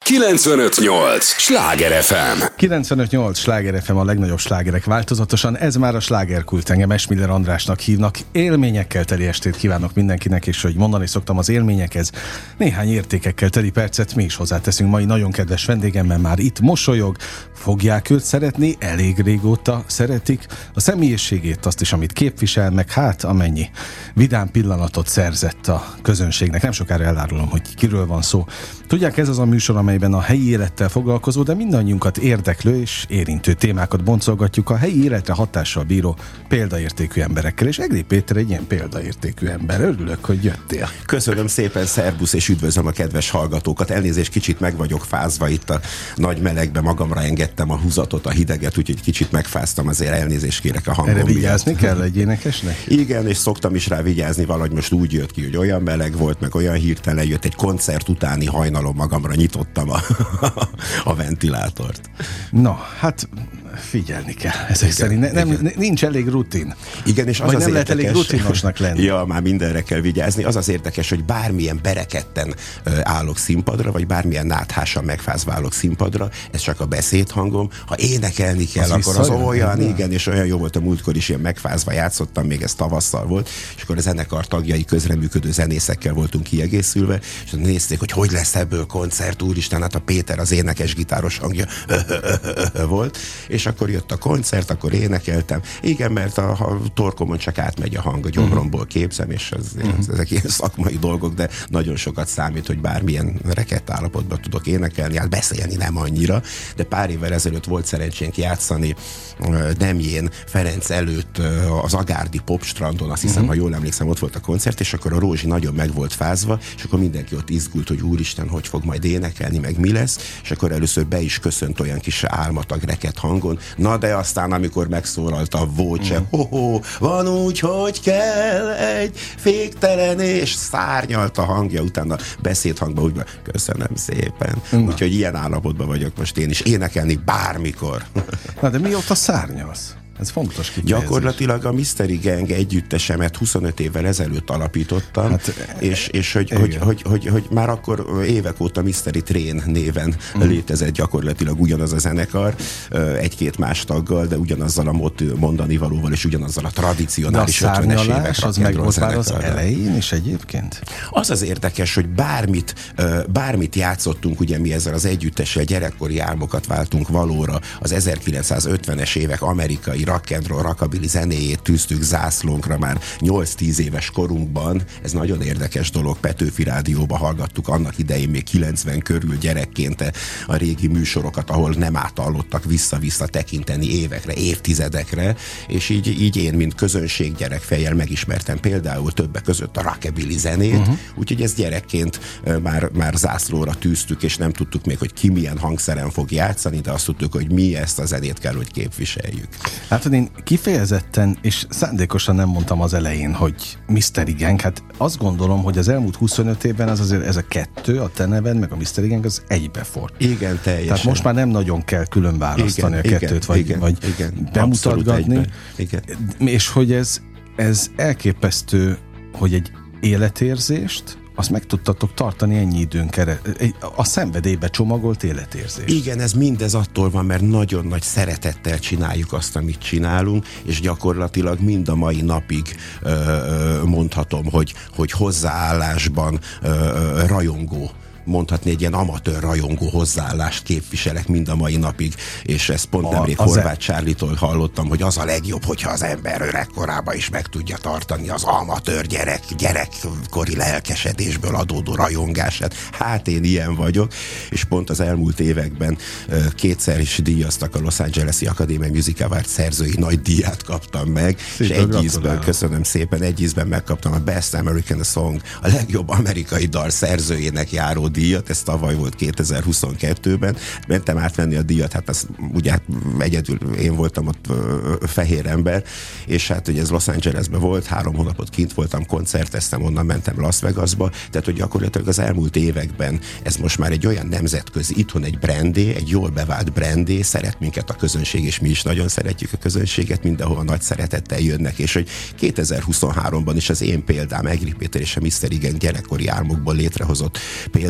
95.8 Sláger FM. 95.8 Sláger FM, a legnagyobb slágerek változatosan. Ez már a slágerkult. Engem Esmiller Andrásnak hívnak. Élményekkel teli estét kívánok mindenkinek, és hogy mondani szoktam, az élményekhez néhány értékekkel teli percet mi is hozzáteszünk. Mai nagyon kedves vendégemmel már itt mosolyog. Fogják őt szeretni, elég régóta szeretik. A személyiségét, azt is, amit képvisel, meg hát amennyi vidám pillanatot szerzett a közönségnek. Nem sokára elárulom, hogy kiről van szó. Tudják, ez az a műsor, amelyben a helyi élettel foglalkozó, de mindannyiunkat érdeklő és érintő témákat boncolgatjuk a helyi életre hatással bíró példaértékű emberekkel, és Egri Péter egy ilyen példaértékű ember. Örülök, hogy jöttél. Köszönöm szépen, szervusz, és üdvözlöm a kedves hallgatókat. Elnézést, kicsit meg vagyok fázva itt a nagy melegbe, magamra engedtem a húzatot, a hideget, úgyhogy kicsit megfáztam, azért elnézést kérek a hangom. Erre vigyázni kell egy énekesnek? Igen, és szoktam is rá vigyázni, valahogy most úgy jött ki, hogy olyan meleg volt, meg olyan hirtelen jött, egy koncert utáni hajnalom magamra nyitottam a ventilátort. Na, hát figyelni kell ezek szerint. Nincs elég rutin. Igen, és az vagy az nem érdekes, lehet elég rutinosnak lenni. Ja, már mindenre kell vigyázni. Az az érdekes, hogy bármilyen berekedten állok színpadra, vagy bármilyen náthásan megfázva állok színpadra, ez csak a beszédhangom. Ha énekelni kell, akkor az olyan, igen, és olyan jó volt a múltkor is, ilyen megfázva játszottam, még ez tavasszal volt, és akkor a zenekar tagjai, közreműködő zenészekkel voltunk kiegészülve, és nézték, hogy lesz ebből koncert, úristen, hát a Péter az énekes gitáros hangja volt, és akkor jött a koncert, akkor énekeltem. Igen, mert a torkomon csak átmegy a hang, a gyomromból képzem, és ezek ilyen szakmai dolgok, de nagyon sokat számít, hogy bármilyen rekett állapotban tudok énekelni, hát beszélni nem annyira, de pár évvel ezelőtt volt szerencsénk játszani Demjén Ferenc előtt az Agárdi Popstrandon, azt hiszem, ha jól emlékszem, ott volt a koncert, és akkor a Rózsi nagyon meg volt fázva, és akkor mindenki ott izgult, hogy úristen, hogy fog majd énekelni, meg mi lesz, és akkor először be is köszönt olyan kis álmatag rekett hangon. Na de aztán, amikor megszólalt a Voce, van úgy, hogy kell egy féktelen, és szárnyalt a hangja, utána beszédhangban úgy, köszönöm szépen. Úgyhogy ilyen állapotban vagyok most én is, énekelni bármikor. Na de mióta szárnyalsz? Ez fontos kifejezés. Gyakorlatilag a Mystery Gang együttesemet 25 évvel ezelőtt alapítottam, és hogy már akkor évek óta Mystery Train néven létezett gyakorlatilag ugyanaz a zenekar, egy-két más taggal, de ugyanazzal a mondani valóval, és ugyanazzal a tradicionális 50-es évek az meg volt már az elején is egyébként? Az az érdekes, hogy bármit játszottunk, ugye mi ezzel az együttessel gyerekkori álmokat váltunk valóra, az 1950-es évek amerikai rock and roll, rockabilly zenéjét tűztük zászlónkra már 8-10 éves korunkban. Ez nagyon érdekes dolog. Petőfi Rádióba hallgattuk annak idején még 90 körül gyerekként a régi műsorokat, ahol nem átallottak vissza-vissza tekinteni évekre, évtizedekre, és így én, mint közönség gyerekfejjel megismertem például többek között a rockabilly zenét, úgyhogy ezt gyerekként már zászlóra tűztük, és nem tudtuk még, hogy ki milyen hangszeren fog játszani, de azt tudtuk, hogy mi ezt a zenét kell, hogy képviseljük. Hát én kifejezetten és szándékosan nem mondtam az elején, hogy Mystery Gang, hát azt gondolom, hogy az elmúlt 25 évben az azért ez a kettő, a te neved, meg a Mystery Gang az egybefort. Igen, teljesen. Tehát most már nem nagyon kell külön választani a kettőt, vagy bemutatgatni. Igen. És hogy ez elképesztő, hogy egy életérzést azt meg tudtatok tartani ennyi időn a szenvedélybe csomagolt életérzés. Igen, ez mindez attól van, mert nagyon nagy szeretettel csináljuk azt, amit csinálunk, és gyakorlatilag mind a mai napig mondhatom, hogy hozzáállásban rajongó, mondhatni egy ilyen amatőr rajongó hozzáállást képviselek mind a mai napig, és ezt pont nemrég Horváth Csárlitól hallottam, hogy az a legjobb, hogyha az ember öregkorában is meg tudja tartani az amatőr gyerekkori lelkesedésből adódó rajongását. Hát én ilyen vagyok, és pont az elmúlt években kétszer is díjaztak a Los Angeles-i Academy Music Award szerzői nagy díját kaptam meg, és egy ízben, köszönöm szépen, egy ízben megkaptam a Best American Song, a legjobb amerikai dal szerzőjének járó díjat, ez tavaly volt 2022-ben, mentem átvenni a díjat, hát az ugye egyedül én voltam ott fehér ember, és hát ugye ez Los Angelesben volt, 3 hónapot kint voltam, koncerteztem, onnan mentem Las Vegasba, tehát hogy gyakorlatilag az elmúlt években ez most már egy olyan nemzetközi, itthon egy brandé, egy jól bevált brandé, szeret minket a közönség, és mi is nagyon szeretjük a közönséget, mindenhol nagy szeretettel jönnek, és hogy 2023-ban is az én példám, Egri Péter és a Mystery Gang gyerekkori álmokból létrehozott például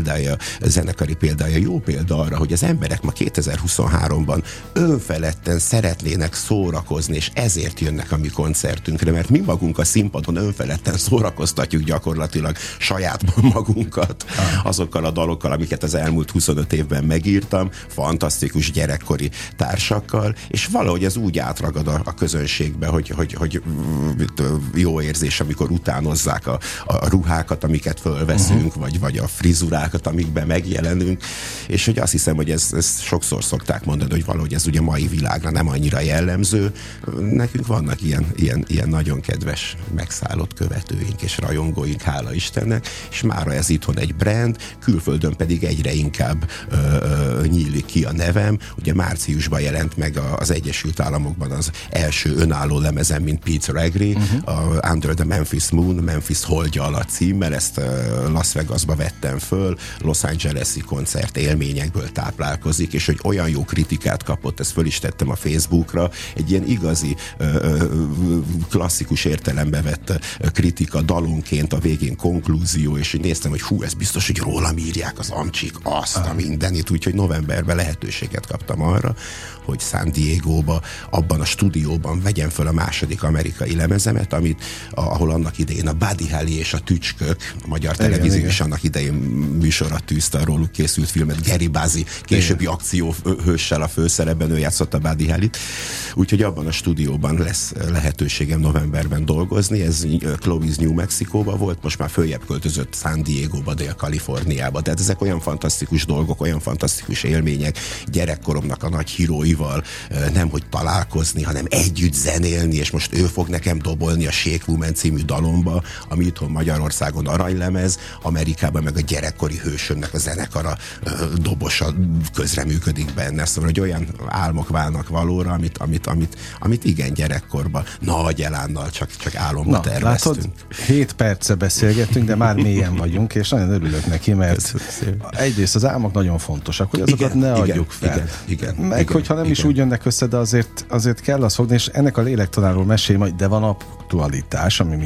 példája, zenekari példája, jó példa arra, hogy az emberek ma 2023-ban önfeledten szeretnének szórakozni, és ezért jönnek a mi koncertünkre, mert mi magunk a színpadon önfeledten szórakoztatjuk gyakorlatilag saját magunkat azokkal a dalokkal, amiket az elmúlt 25 évben megírtam, fantasztikus gyerekkori társakkal, és valahogy ez úgy átragad a közönségbe, hogy jó érzés, amikor utánozzák a ruhákat, amiket fölveszünk, vagy a frizurákat, amikben megjelenünk, és hogy azt hiszem, hogy ez sokszor szokták mondani, hogy valahogy ez ugye mai világra nem annyira jellemző. Nekünk vannak ilyen nagyon kedves megszállott követőink és rajongóink, hála Istennek, és mára ez itthon egy brand, külföldön pedig egyre inkább nyílik ki a nevem. Ugye márciusban jelent meg az Egyesült Államokban az első önálló lemezem, mint Pete Gregory, a Under the Memphis Moon, Memphis Holdja alatt címmel, ezt Las Vegasba vettem föl, Los Angeles-i koncert élményekből táplálkozik, és hogy olyan jó kritikát kapott, ezt föl is tettem a Facebookra, egy ilyen igazi klasszikus értelembe vett kritika dalonként, a végén konklúzió, és hogy néztem, hogy ez biztos, hogy rólam írják az amcsik azt a mindenit, úgyhogy novemberben lehetőséget kaptam arra, hogy San Diegóba, abban a stúdióban vegyem föl a második amerikai lemezemet, ahol annak idején a Buddy Holly és a Tücskök, a magyar televízió is annak idején műsorra tűzte a róluk készült filmet, Gary Busey, későbbi akcióhőssel a főszerepben, ő játszott a Buddy Hollyt. Úgyhogy abban a stúdióban lesz lehetőségem novemberben dolgozni, ez Clovis, New Mexicoba volt, most már följebb költözött San Diegóba, Dél-Kaliforniába. Tehát ezek olyan fantasztikus dolgok, olyan fantasztikus élmények, gyerekkoromnak a nagy híróival nem hogy találkozni, hanem együtt zenélni, és most ő fog nekem dobolni a Shake Woman című dalomba, ami itthon Magyarországon aranylemez, Amerikában meg a gyerekkori hősömnek a zenekara dobosa közreműködik benne. Szóval, hogy olyan álmok válnak valóra, amit igen, gyerekkorban nagy elánnal csak álomba terveztünk. Látod, 7 perce beszélgettünk, de már mélyen vagyunk, és nagyon örülök neki, mert egyrészt az álmok nagyon fontosak, hogy azokat ne adjuk fel. Meg hogyha nem is úgy jönnek össze, de azért kell azt fogni, és ennek a lélektanáról mesélj majd, de van aktualitás, ami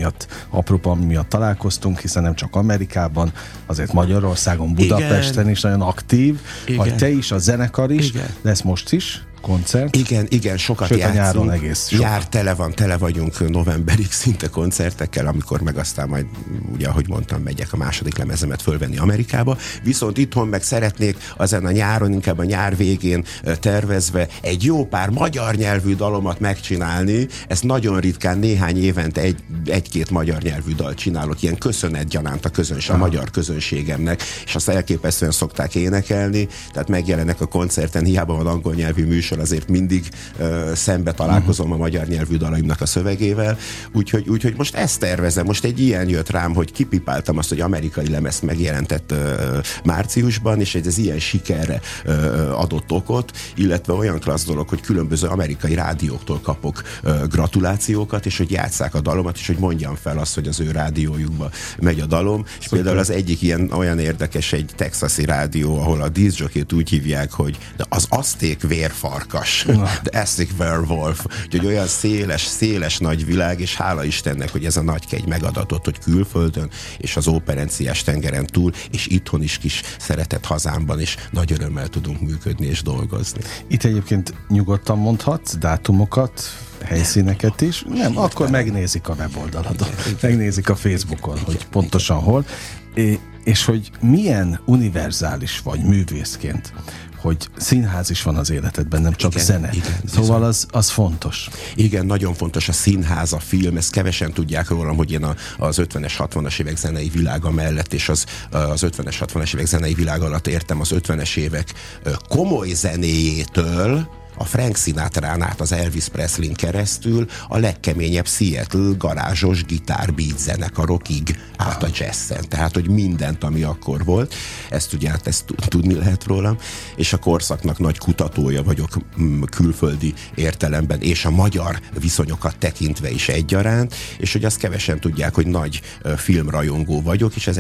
miatt találkoztunk, hiszen nem csak Amerikában, azért Magyarországon, Budapesten is nagyon aktív, vagy te is, a zenekar is, lesz most is koncert. Igen, sokat sőt, játszunk. Nyáron egész sok. Nyár tele vagyunk novemberig szinte koncertekkel, amikor meg aztán majd, ugye, ahogy mondtam, megyek a második lemezemet fölvenni Amerikába. Viszont itthon meg szeretnék ezen a nyáron, inkább a nyár végén tervezve egy jó pár magyar nyelvű dalomat megcsinálni. Ezt nagyon ritkán, néhány évente egy-két magyar nyelvű dalt csinálok, ilyen köszönetgyanánt a magyar közönségemnek, és azt elképesztően szokták énekelni, tehát megjelenek a koncerten, hiába van angol nyelvű műsor, azért mindig szembe találkozom a magyar nyelvű dalaimnak a szövegével, úgyhogy most ezt tervezem, most egy ilyen jött rám, hogy kipipáltam azt, hogy amerikai lemezt megjelentett márciusban, és ez ilyen sikerre adott okot, illetve olyan klassz dolog, hogy különböző amerikai rádióktól kapok gratulációkat, és hogy játsszák a dalomat, és hogy mondjam fel azt, hogy az ő rádiójukba megy a dalom, és például az egyik olyan érdekes, egy texasi rádió, ahol a diszjockeyt úgy hívják, hogy az azték vérfarkas, the Aztec Werewolf, úgyhogy olyan széles nagy világ, és hála Istennek, hogy ez a nagy kegy megadatott, hogy külföldön, és az Óperenciás tengeren túl, és itthon is kis szeretett hazámban is nagy örömmel tudunk működni és dolgozni. Itt egyébként nyugodtan mondhatsz dátumokat, helyszíneket is? Nem, akkor megnézik a weboldaladon, megnézik a Facebookon, hogy pontosan hol, és hogy milyen univerzális vagy művészként, hogy színház is van az életedben, nem csak zene. Szóval az fontos. Igen, nagyon fontos a színház, a film, ezt kevesen tudják rólam, hogy én az 50-es, 60-as évek zenei világa mellett, és az 50-es, 60-as évek zenei világ alatt értem az 50-es évek komoly zenéjétől, a Frank Sinatrán át az Elvis Presley-n keresztül a legkeményebb Seattle garázsos gitár-beat zenekarokig át a jazzen. Tehát, hogy mindent, ami akkor volt, ezt tudni lehet rólam, és a korszaknak nagy kutatója vagyok külföldi értelemben, és a magyar viszonyokat tekintve is egyaránt, és hogy azt kevesen tudják, hogy nagy filmrajongó vagyok, és az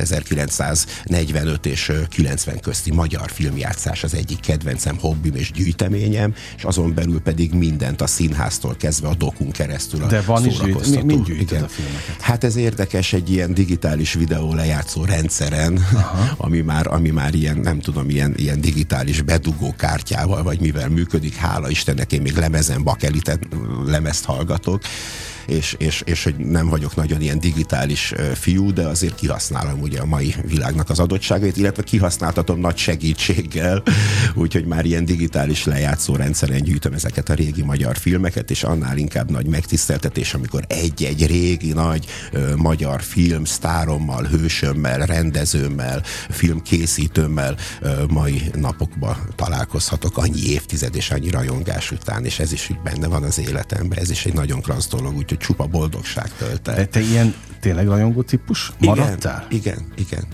1945 és 90 közti magyar filmjátszás az egyik kedvencem, hobbim és gyűjteményem, és és azon belül pedig mindent a színháztól kezdve a dokun keresztül a de van is szórakoztató. Igen. A filmeket. Hát ez érdekes, egy ilyen digitális videó lejátszó rendszeren, ami már ilyen, nem tudom, ilyen digitális bedugó kártyával, vagy mivel működik, hála Istennek, én még lemezen bakelitet lemezt hallgatok, és hogy nem vagyok nagyon ilyen digitális fiú, de azért kihasználom ugye a mai világnak az adottságait, illetve kihasználtatom nagy segítséggel, úgyhogy már ilyen digitális lejátszó rendszeren gyűjtöm ezeket a régi magyar filmeket, és annál inkább nagy megtiszteltetés, amikor egy-egy régi nagy magyar film sztárommal, hősömmel, rendezőmmel, filmkészítőmmel mai napokban találkozhatok annyi évtized és annyi rajongás után, és ez is úgy benne van az életemben, ez is egy nagyon klassz dolog, úgyhogy csupa boldogság tölt el. De te ilyen tényleg rajongó típus maradtál? Igen.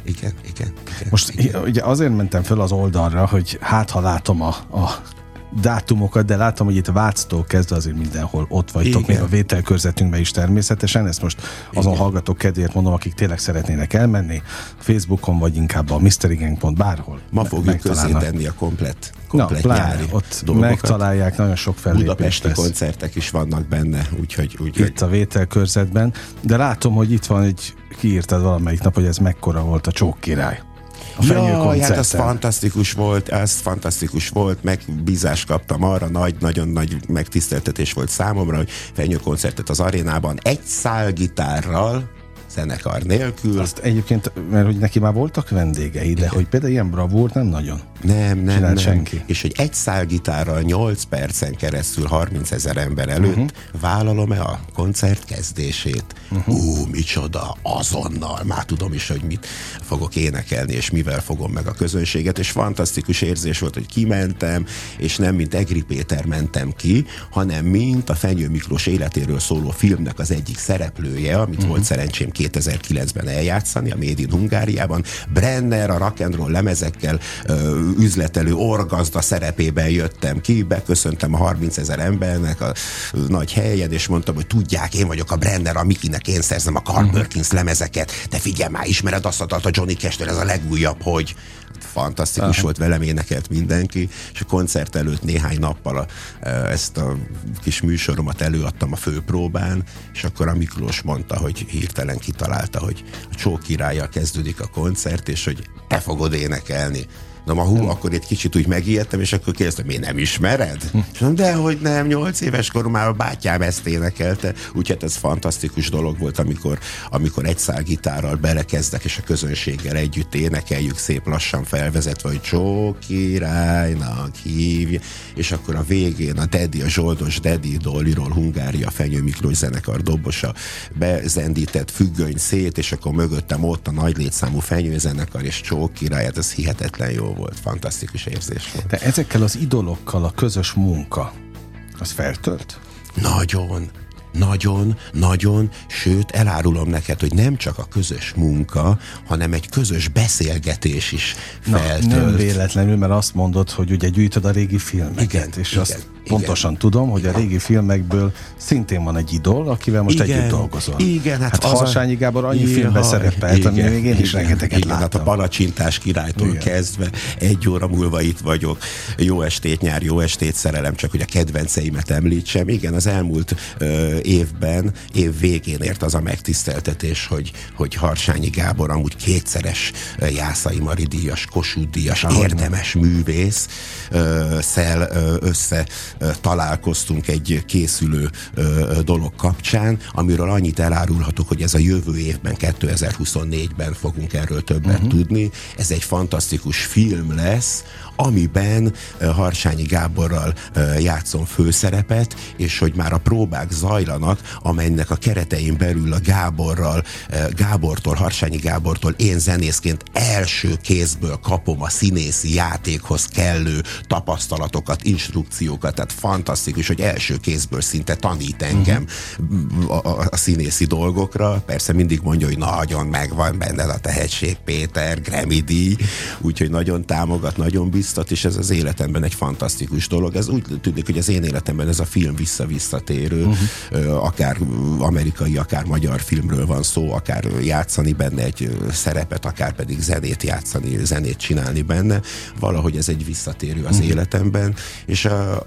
Most ugye azért mentem föl az oldalra, hogy hát ha látom a dátumokat, de látom, hogy itt Váctól kezdve azért mindenhol ott vagytok, még a vételkörzetünkben is természetesen, ezt most azon hallgatók kedvéért mondom, akik tényleg szeretnének elmenni, Facebookon vagy inkább a MrIgen.pont bárhol. Ma fogjuk közzétenni a komplet nyári ott dolgokat. megtalálják, nagyon sok fellépés budapesti lesz. koncertek is vannak benne, úgyhogy itt a vételkörzetben, de látom, hogy itt van kiírtad valamelyik nap, hogy ez mekkora volt a Csók király. Hát az fantasztikus volt, megbízást kaptam arra, nagyon nagy megtiszteltetés volt számomra, hogy fenyőkoncertet az arénában egy szál gitárral, zenekar nélkül. Azt egyébként, mert hogy neki már voltak vendégei, de hogy például ilyen bravúrt nem nagyon. Nem. Senki. És hogy egy szál gitárral 8 percen keresztül 30 000 ember előtt vállalom-e a koncert kezdését? Micsoda, azonnal. Már tudom is, hogy mit fogok énekelni, és mivel fogom meg a közönséget, és fantasztikus érzés volt, hogy kimentem, és nem mint Egri Péter mentem ki, hanem mint a Fenyő Miklós életéről szóló filmnek az egyik szereplője, amit volt szerencsém 2009-ben eljátszani a Made in Hungáriában. Brenner a rock and roll lemezekkel üzletelő orgazda szerepében jöttem ki, beköszöntem a 30 000 embernek a nagy helyen, és mondtam, hogy tudják, én vagyok a Brenner, a Mikinek én szerzem a Carl Perkins lemezeket, de figyelj már, ismered azt a dalt a Johnny Cash-től, ez a legújabb, hogy fantasztikus volt, velem énekelt mindenki, és a koncert előtt néhány nappal ezt a kis műsoromat előadtam a főpróbán, és akkor a Miklós mondta, hogy hirtelen kitalálta, hogy a Csók királlyal kezdődik a koncert, és hogy te fogod énekelni. Na, akkor egy kicsit úgy megijedtem, és akkor kérdeztem, miért nem ismered? És mondom, dehogy nem, 8 éves koromban a bátyám ezt énekelte. Úgyhogy ez fantasztikus dolog volt, amikor egy szál gitárral belekezdek, és a közönséggel együtt énekeljük, szép lassan felvezetve, hogy Csók királynak hívja, és akkor a végén a Dedi, a zsoldos Dedi Doliról Hungária Fenyő Miklós zenekar dobosa bezendített függöny szét, és akkor mögöttem ott a nagy létszámú fenyőzenekar, és Csók király, hát ez hihetetlen jó volt, fantasztikus érzés volt. De ezekkel az idolokkal a közös munka, az feltölt? Nagyon, sőt, elárulom neked, hogy nem csak a közös munka, hanem egy közös beszélgetés is feltölt. Nem véletlenül, mert azt mondod, hogy ugye gyűjtöd a régi filmeket, és azt pontosan tudom, hogy a régi filmekből szintén van egy idol, akivel most együtt dolgozol. Igen, hát Harsányi Gábor annyi filmben szerepelt, ami még én is rengeteget láttam. Hát a Palacsintás királytól kezdve 1 óra múlva itt vagyok. Jó estét, nyár, jó estét, szerelem, csak hogy a kedvenceimet említsem. Igen, az elmúlt évben, év végén ért az a megtiszteltetés, hogy Harsányi Gábor amúgy 2-szeres Jászai Mari díjas, Kossuth díjas, érdemes művész szel össze találkoztunk egy készülő dolog kapcsán, amiről annyit elárulhatok, hogy ez a jövő évben, 2024-ben fogunk erről többet tudni. Ez egy fantasztikus film lesz, amiben Harsányi Gáborral játszom főszerepet, és hogy már a próbák zajlanak, amelynek a keretein belül a Gábortól, Harsányi Gábortól én zenészként első kézből kapom a színészi játékhoz kellő tapasztalatokat, instrukciókat, tehát fantasztikus, hogy első kézből szinte tanít engem a színészi dolgokra. Persze mindig mondja, hogy nagyon megvan benned a tehetség, Péter, Grammy díj, úgyhogy nagyon támogat, nagyon biztos, visszabiztat, és ez az életemben egy fantasztikus dolog. Ez úgy tűnik, hogy az én életemben ez a film visszatérő, akár amerikai, akár magyar filmről van szó, akár játszani benne egy szerepet, akár pedig zenét játszani, zenét csinálni benne. Valahogy ez egy visszatérő az életemben, és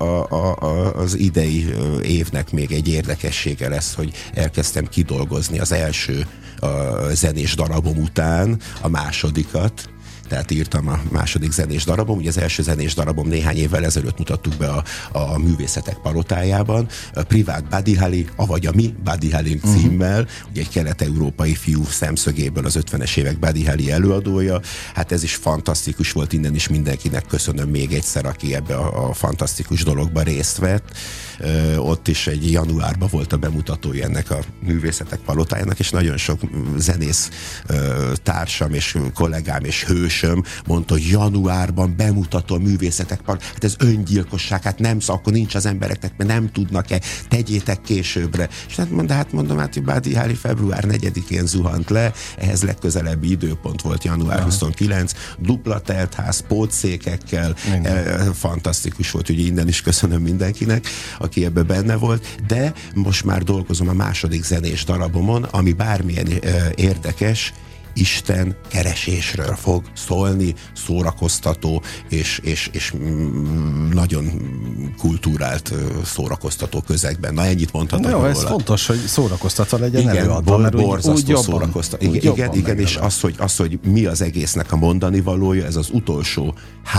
az idei évnek még egy érdekessége lesz, hogy elkezdtem kidolgozni az első zenés darabom után a másodikat. Tehát írtam a második zenés darabom. Ugye az első zenés darabom néhány évvel ezelőtt mutattuk be a Művészetek Palotájában. A Privát Buddy Holly, avagy a Mi Buddy Holly címmel, ugye egy kelet-európai fiú szemszögéből az 50-es évek Buddy Holly előadója. Hát ez is fantasztikus volt, innen is mindenkinek köszönöm még egyszer, aki ebbe a fantasztikus dologba részt vett. Ott is egy januárban volt a bemutatója ennek a Művészetek Palotájának, és nagyon sok zenész társam és kollégám és hősöm mondta, hogy januárban bemutató a Művészetek Palotájának, hát ez öngyilkosság, hát nem, akkor nincs az embereknek, mert nem tudnak-e, tegyétek későbbre. És mondom, hogy Buddy Holly február 4-én zuhant le, ehhez legközelebbi időpont volt január 29, dupla teltház, pótszékekkel, fantasztikus volt, ugye innen is köszönöm mindenkinek, aki ebbe benne volt, de most már dolgozom a második zenés darabomon, ami bármilyen érdekes, Isten keresésről fog szólni, szórakoztató és nagyon kultúrált szórakoztató közegben. Na, ennyit mondhatom róla. Ez fontos, hogy szórakoztatva legyen előadva, mert borzasztó szórakoztató. Igen, és az, hogy mi az egésznek a mondani valója, ez az utolsó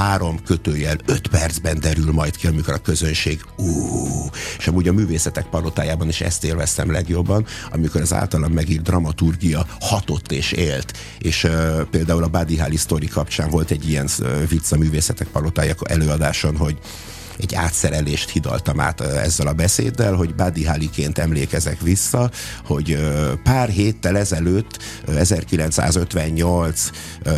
5 percben derül majd ki, amikor a közönség és amúgy a Művészetek Palotájában is ezt élveztem legjobban, amikor az általam megírt dramaturgia hatott és élt. És például a Buddy Holly sztori kapcsán volt egy ilyen vicc a Művészetek Palotája előadáson, hogy egy átszerelést hidaltam át ezzel a beszéddel, hogy Buddy Hollyként emlékezek vissza, hogy pár héttel ezelőtt, 1958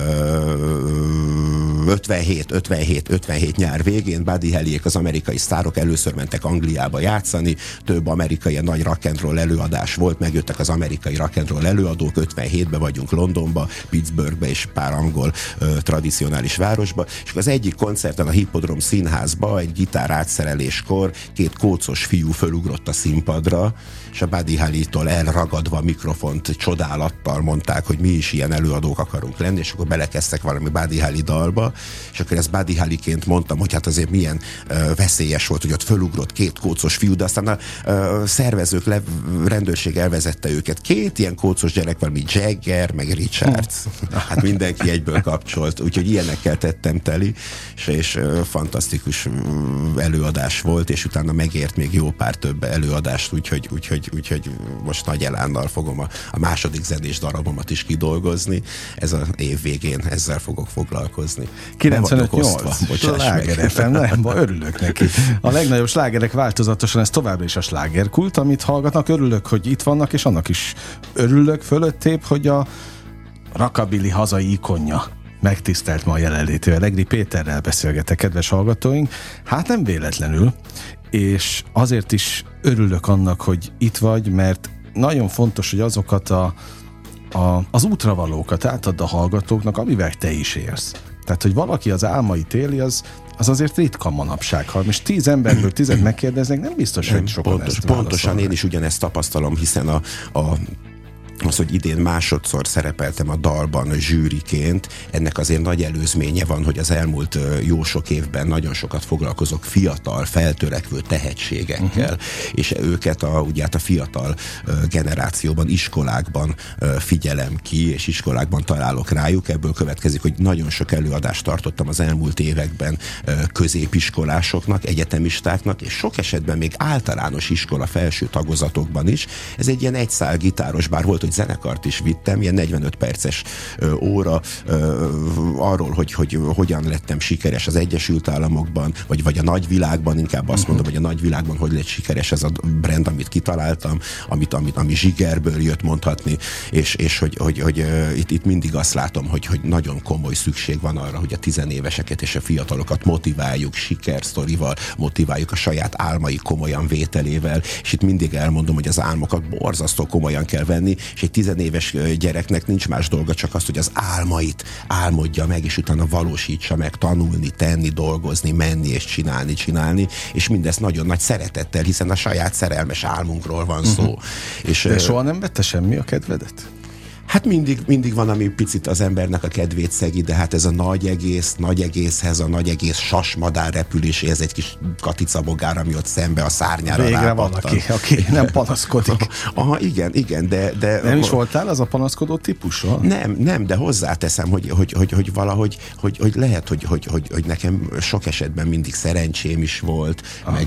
57 nyár végén Buddy Hollyék, az amerikai sztárok először mentek Angliába játszani, több amerikai nagy rock and roll előadás volt, megjöttek az amerikai rock and roll előadók, 57-ben vagyunk Londonba, Pittsburghbe és pár angol tradicionális városba, és az egyik koncerten a Hippodrome Színházba egy gitár átszereléskor 2 kócos fiú fölugrott a színpadra, és a Buddy Hollytól elragadva a mikrofont csodálattal mondták, hogy mi is ilyen előadók akarunk lenni, és akkor belekezdtek valami Buddy Holly dalba, és akkor ezt Buddy Hollyként mondtam, hogy hát azért milyen veszélyes volt, hogy ott fölugrott 2 kócos fiú, de aztán a szervezők, rendőrség elvezette őket. 2 ilyen kócos gyerek, valami Jagger, meg Richards. Hát mindenki egyből kapcsolt, úgyhogy ilyenekkel tettem teli, és fantasztikus előadás volt, és utána megért még jó pár több előadást, úgyhogy most nagy elánnal fogom a második zenés darabomat is kidolgozni. Ez az év végén ezzel fogok foglalkozni. 95-8 Sláger FM, nem, örülök neki. A legnagyobb slágerek változatosan, ez továbbra is a slágerkult, amit hallgatnak. Örülök, hogy itt vannak, és annak is örülök fölöttébb, hogy a rockabilly hazai ikonja megtisztelt ma a jelenlétével. Egri Péterrel beszélgetek, kedves hallgatóink. Hát nem véletlenül, és azért is örülök annak, hogy itt vagy, mert nagyon fontos, hogy azokat az útravalókat átad a hallgatóknak, amivel te is érsz. Tehát, hogy valaki az álmait éli, az azért ritka manapság. Ha most 10 emberből 10 megkérdeznek, nem biztos, hogy sokan pontosan én is ugyanezt tapasztalom, hiszen az, hogy idén másodszor szerepeltem a dalban zsűriként, ennek azért nagy előzménye van, hogy az elmúlt jó sok évben nagyon sokat foglalkozok fiatal, feltörekvő tehetségekkel, és őket ugye a fiatal generációban, iskolákban figyelem ki, és iskolákban találok rájuk. Ebből következik, hogy nagyon sok előadást tartottam az elmúlt években középiskolásoknak, egyetemistáknak, és sok esetben még általános iskola felső tagozatokban is. Ez egy ilyen egyszál gitáros, bár volt, hogy zenekart is vittem, ilyen 45 perces óra arról, hogy hogyan lettem sikeres az Egyesült Államokban, vagy a nagyvilágban, inkább azt mondom, hogy a nagyvilágban hogy lett sikeres ez a brand, amit kitaláltam, ami zsigerből jött mondhatni, és hogy itt mindig azt látom, hogy nagyon komoly szükség van arra, hogy a tizenéveseket és a fiatalokat motiváljuk sikersztorival, motiváljuk a saját álmai komolyan vételével, és itt mindig elmondom, hogy az álmokat borzasztó komolyan kell venni, és egy 10 éves gyereknek nincs más dolga, csak azt, hogy az álmait álmodja meg, és utána valósítsa meg, tanulni, tenni, dolgozni, menni, és csinálni, és mindezt nagyon nagy szeretettel, hiszen a saját szerelmes álmunkról van szó. És, de soha nem vette semmi a kedvedet? Hát mindig van, ami picit az embernek a kedvét szegi, de hát ez a nagy egészhez, a nagy egész sasmadár repüléséhez egy kis katicabogár, ami ott szembe a szárnyára végre valaki, aki nem panaszkodik. Aha, igen, de... Nem is voltál az a panaszkodó típusról? Nem, de hozzáteszem, hogy valahogy, hogy lehet, hogy nekem sok esetben mindig szerencsém is volt,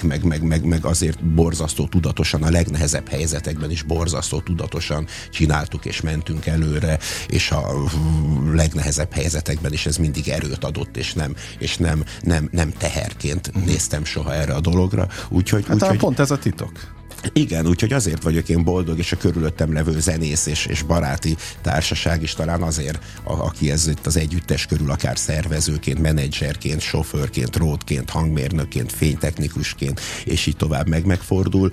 meg azért borzasztó tudatosan, a legnehezebb helyzetekben is borzasztó tudatosan csináltuk és mentünk előre, és a legnehezebb helyzetekben is ez mindig erőt adott, és nem teherként néztem soha erre a dologra. Úgyhogy pont ez a titok. Igen, úgyhogy azért vagyok én boldog, és a körülöttem levő zenész és baráti társaság is talán azért, aki ez itt az együttes körül akár szervezőként, menedzserként, sofőrként, ródként, hangmérnökként, fénytechnikusként, és így tovább megfordul,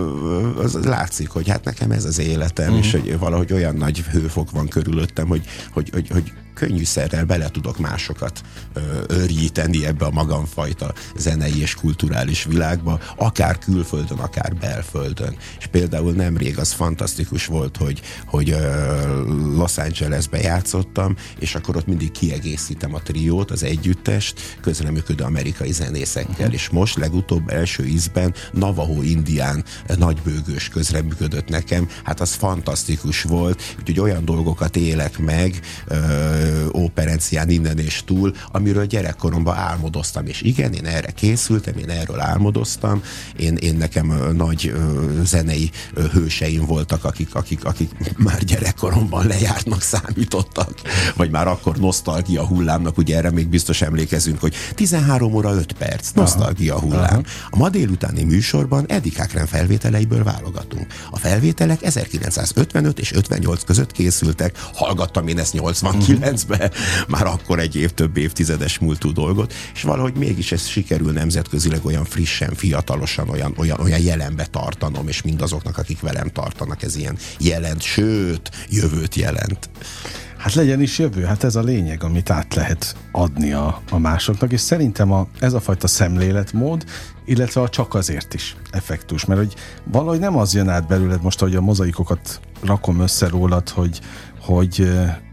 az látszik, hogy hát nekem ez az életem, és hogy valahogy olyan nagy hőfok van körülöttem, hogy könnyűszerrel bele tudok másokat őrjíteni ebbe a magamfajta zenei és kulturális világba, akár külföldön, akár belföldön. És például nemrég az fantasztikus volt, hogy Los Angelesbe játszottam, és akkor ott mindig kiegészítem a triót, az együttest, közreműködő amerikai zenészekkel, és most legutóbb első ízben Navajo indián nagybőgős közreműködött nekem, hát az fantasztikus volt, úgyhogy olyan dolgokat élek meg, óperencián innen és túl, amiről gyerekkoromban álmodoztam, és igen, én erre készültem, én erről álmodoztam, én nekem nagy zenei hőseim voltak, akik már gyerekkoromban lejártnak számítottak, vagy már akkor nosztalgia hullámnak, ugye erre még biztos emlékezünk, hogy 13 óra 5 perc, nosztalgia hullám. A ma délutáni műsorban Eddie Cochran felvételeiből válogatunk. A felvételek 1955 és 58 között készültek, hallgattam én ezt 89-ben, már akkor egy több évtizedes múltú dolgot, és valahogy mégis ez sikerül nemzetközileg olyan frissen, fiatalosan, olyan jelenbe tartanom, és mindazoknak, akik velem tartanak, ez ilyen jelent, sőt, jövőt jelent. Hát legyen is jövő, hát ez a lényeg, amit át lehet adni a másoknak, és szerintem ez a fajta szemléletmód, illetve a csak azért is effektus, mert hogy valahogy nem az jön át belőled most, hogy a mozaikokat rakom össze rólad, hogy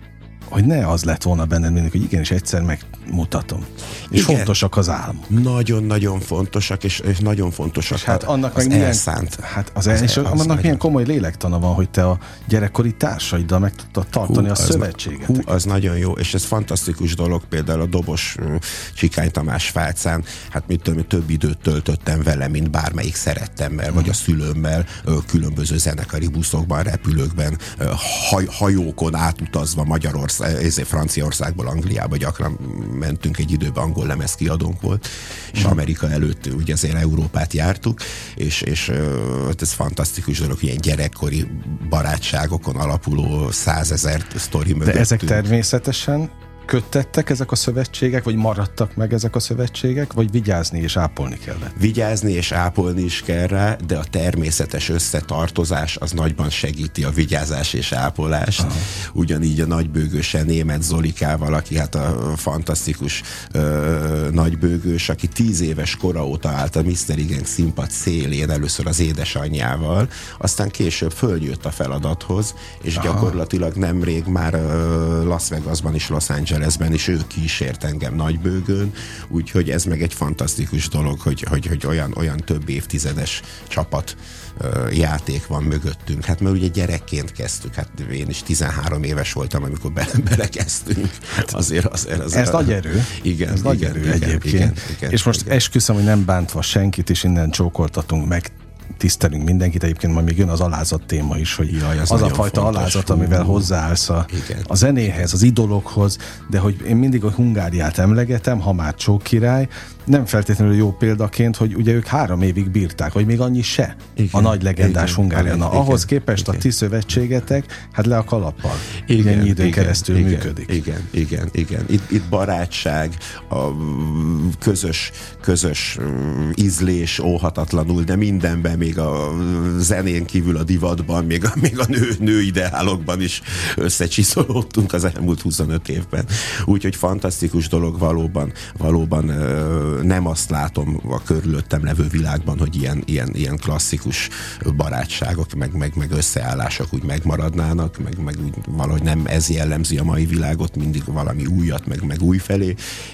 ne az lett volna benned mindig, hogy igenis egyszer megmutatom. És igen, fontosak az álmok. Nagyon-nagyon fontosak, és nagyon fontosak. És hát annak az meg elszánt. Hát annak milyen komoly lélektana van, hogy te a gyerekkori társaiddal meg tudtad tartani a szövetséget. Az nagyon jó, és ez fantasztikus dolog, például a dobos Csikány Tamás Fácán, hát mit tudom, több időt töltöttem vele, mint bármelyik szerettemmel, vagy a szülőmmel, különböző zenekari buszokban, repülőkben, hajókon átutazva Magyarország, Franciaországból Angliába gyakran mentünk, egy időben angol lemezkiadónk volt, és Amerika előtt ugye azért Európát jártuk, és ez fantasztikus dolog, hogy ilyen gyerekkori barátságokon alapuló 100 000 sztori mögöttünk. De ezek természetesen köttettek ezek a szövetségek, vagy maradtak meg ezek a szövetségek, vagy vigyázni és ápolni kellett? Vigyázni és ápolni is kell rá, de a természetes összetartozás az nagyban segíti a vigyázás és ápolást. Aha. Ugyanígy a nagybőgősen Németh Zolikával, aki hát a fantasztikus nagybőgős, aki 10 éves kora óta állt a Mr. Igen színpad szélén, először az édesanyjával, aztán később fölnőtt a feladathoz, és gyakorlatilag nemrég már Las Vegasban is, Los Angelesben is ő kísért engem nagybőgőn, úgyhogy ez meg egy fantasztikus dolog, hogy olyan több évtizedes csapat játék van mögöttünk. Hát mert ugye gyerekként kezdtük, hát én is 13 éves voltam, amikor belekezdtünk. Ez nagy erő. Igen, ez nagy erő egyébként. Igen, és most esküszöm, hogy nem bántva senkit, és innen csókoltatunk meg, tisztelünk mindenkit, egyébként majd még jön az alázat téma is, hogy az a fajta fontos, alázat, amivel hozzáállsz a zenéhez, az idolokhoz, de hogy én mindig a Hungáriát emlegetem, ha már Csók király, nem feltétlenül jó példaként, hogy ugye ők 3 évig bírták, vagy még annyi se, a nagy legendás Hungária. Na, ahhoz képest a ti szövetségetek, hát le a kalappal. Ennyi időn keresztül működik. Igen. Itt barátság, a közös ízlés óhatatlanul, de mindenben még a zenén kívül a divatban, még a nő ideálokban is összecsiszolódtunk az elmúlt 25 évben. Úgyhogy fantasztikus dolog valóban nem azt látom a körülöttem levő világban, hogy ilyen klasszikus barátságok, meg összeállások úgy megmaradnának, meg úgy valahogy nem ez jellemzi a mai világot, mindig valami újat, meg új felé.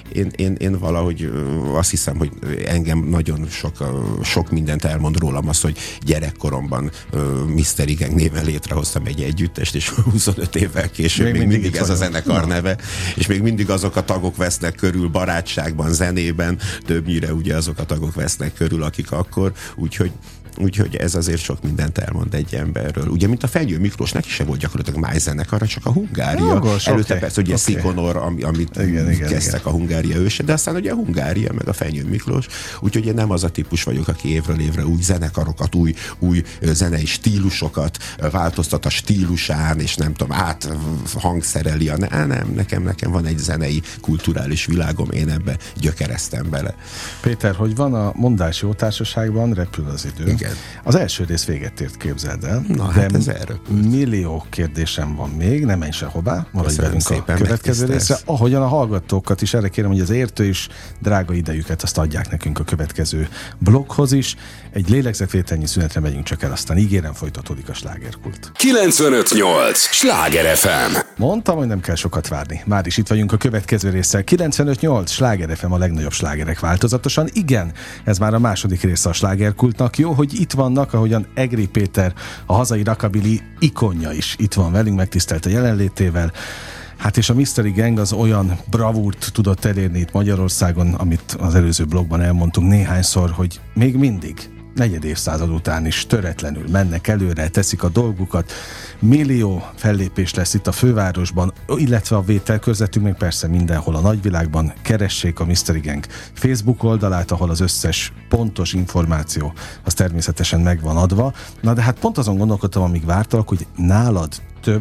Én valahogy azt hiszem, hogy engem nagyon sok mindent elmond rólam az, hogy gyerekkoromban Mr. Igen néven létrehoztam egy együttest, és 25 évvel később még mindig ez a zenekar neve, és még mindig azok a tagok vesznek körül barátságban, zenében, többnyire ugye azok a tagok vesznek körül, akik akkor, úgyhogy ez azért sok mindent elmond egy emberről. Ugye, mint a Fenyő Miklós, neki se volt gyakorlatilag májzenekara, csak a Hungária. Jogos, előtte persze ugye Szikonor, amit kezdtek a Hungária őse, de aztán ugye a Hungária, meg a Fenyő Miklós. Úgyhogy én nem az a típus vagyok, aki évről évre új zenekarokat, új zenei stílusokat változtat a stílusán, és nem tudom, áthangszereli. Nem, nekem van egy zenei, kulturális világom, én ebbe gyökereztem bele. Péter, hogy van a Mondás Jó Társaságban, repül az idő. Igen. Az első rész véget ért, képzeld el. Na, hát ez elröpült. Millió kérdésem van még, nem menj sehová, maradj velünk a következő részre. Ahogyan a hallgatókat is, erre kérem, hogy az értő is drága idejüket azt adják nekünk a következő bloghoz is. Egy lélegzetvételnyi szünetre megyünk csak el, aztán ígérem, folytatódik a slágerkult. 95.8 Sláger FM. Mondtam, hogy nem kell sokat várni. Már is itt vagyunk a következő résszel. 95.8 Sláger FM, a legnagyobb slágerek változatosan. Igen, ez már a második része a slágerkultnak. Jó, hogy itt vannak, ahogyan Egri Péter, a hazai rockabilly ikonja is itt van velünk, megtisztelt a jelenlétével. Hát és a Mystery Gang az olyan bravúrt tudott elérni itt Magyarországon, amit az előző blogban elmondtunk néhányszor, hogy még mindig negyed évszázad után is töretlenül mennek előre, teszik a dolgukat. Millió fellépés lesz itt a fővárosban, illetve a vételkörzetünk, meg persze mindenhol a nagyvilágban. Keressék a Mystery Gang Facebook oldalát, ahol az összes pontos információ az természetesen meg van adva. Na de hát pont azon gondolkodtam, amíg vártalak, hogy nálad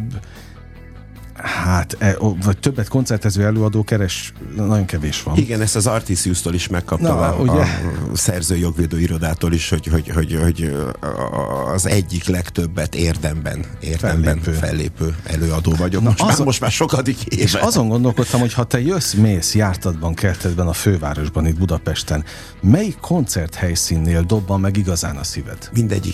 vagy többet koncertező előadó nagyon kevés van. Igen, ezt az Artisius-tól is megkaptam, a szerző jogvédő irodától is, hogy az egyik legtöbbet érdemben fellépő előadó vagyok. Most már sokadik éve. És azon gondolkodtam, hogy ha te jössz-mész jártatban, kertedben, a fővárosban, itt Budapesten, melyik koncerthelyszínnél dobban meg igazán a szíved?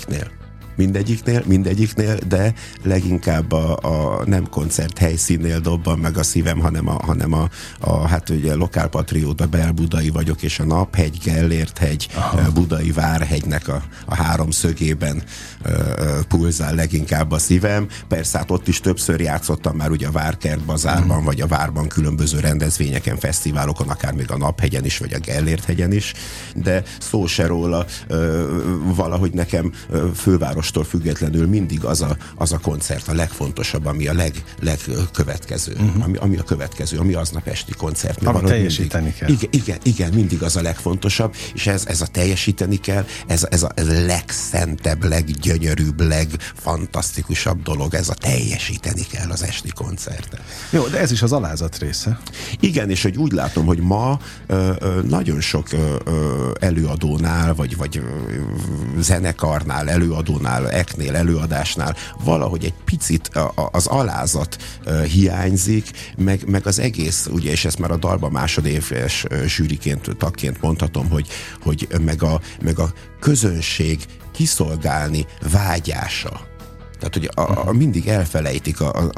Mindegyiknél, de leginkább a nem koncert helyszínnél dobban meg a szívem, hanem hát ugye lokálpatrióta belbudai vagyok, és a Naphegy, Gellért-hegy, Budai Várhegynek a háromszögében pulzál leginkább a szívem. Persze hát ott is többször játszottam már ugye a Várkert Bazárban, vagy a Várban különböző rendezvényeken, fesztiválokon, akár még a Naphegyen is, vagy a Gellért-hegyen is, de szó se róla, valahogy nekem főváros függetlenül mindig az a koncert a legfontosabb, ami a legkövetkező. Ami a következő, ami aznap esti koncert. Ami teljesíteni kell. Igen, mindig az a legfontosabb, és ez a teljesíteni kell, ez a legszentebb, leggyönyörűbb, legfantasztikusabb dolog, ez a teljesíteni kell az esti koncerten. Jó, de ez is az alázat része. Igen, és hogy úgy látom, hogy ma nagyon sok előadónál, vagy zenekarnál, előadónál, eknél, előadásnál valahogy egy picit az alázat hiányzik, meg az egész, ugye, és ezt már a dalba másodéves zsűriként, tagként mondhatom, hogy meg a közönség kiszolgálni vágyása. Tehát, hogy mindig elfelejtik a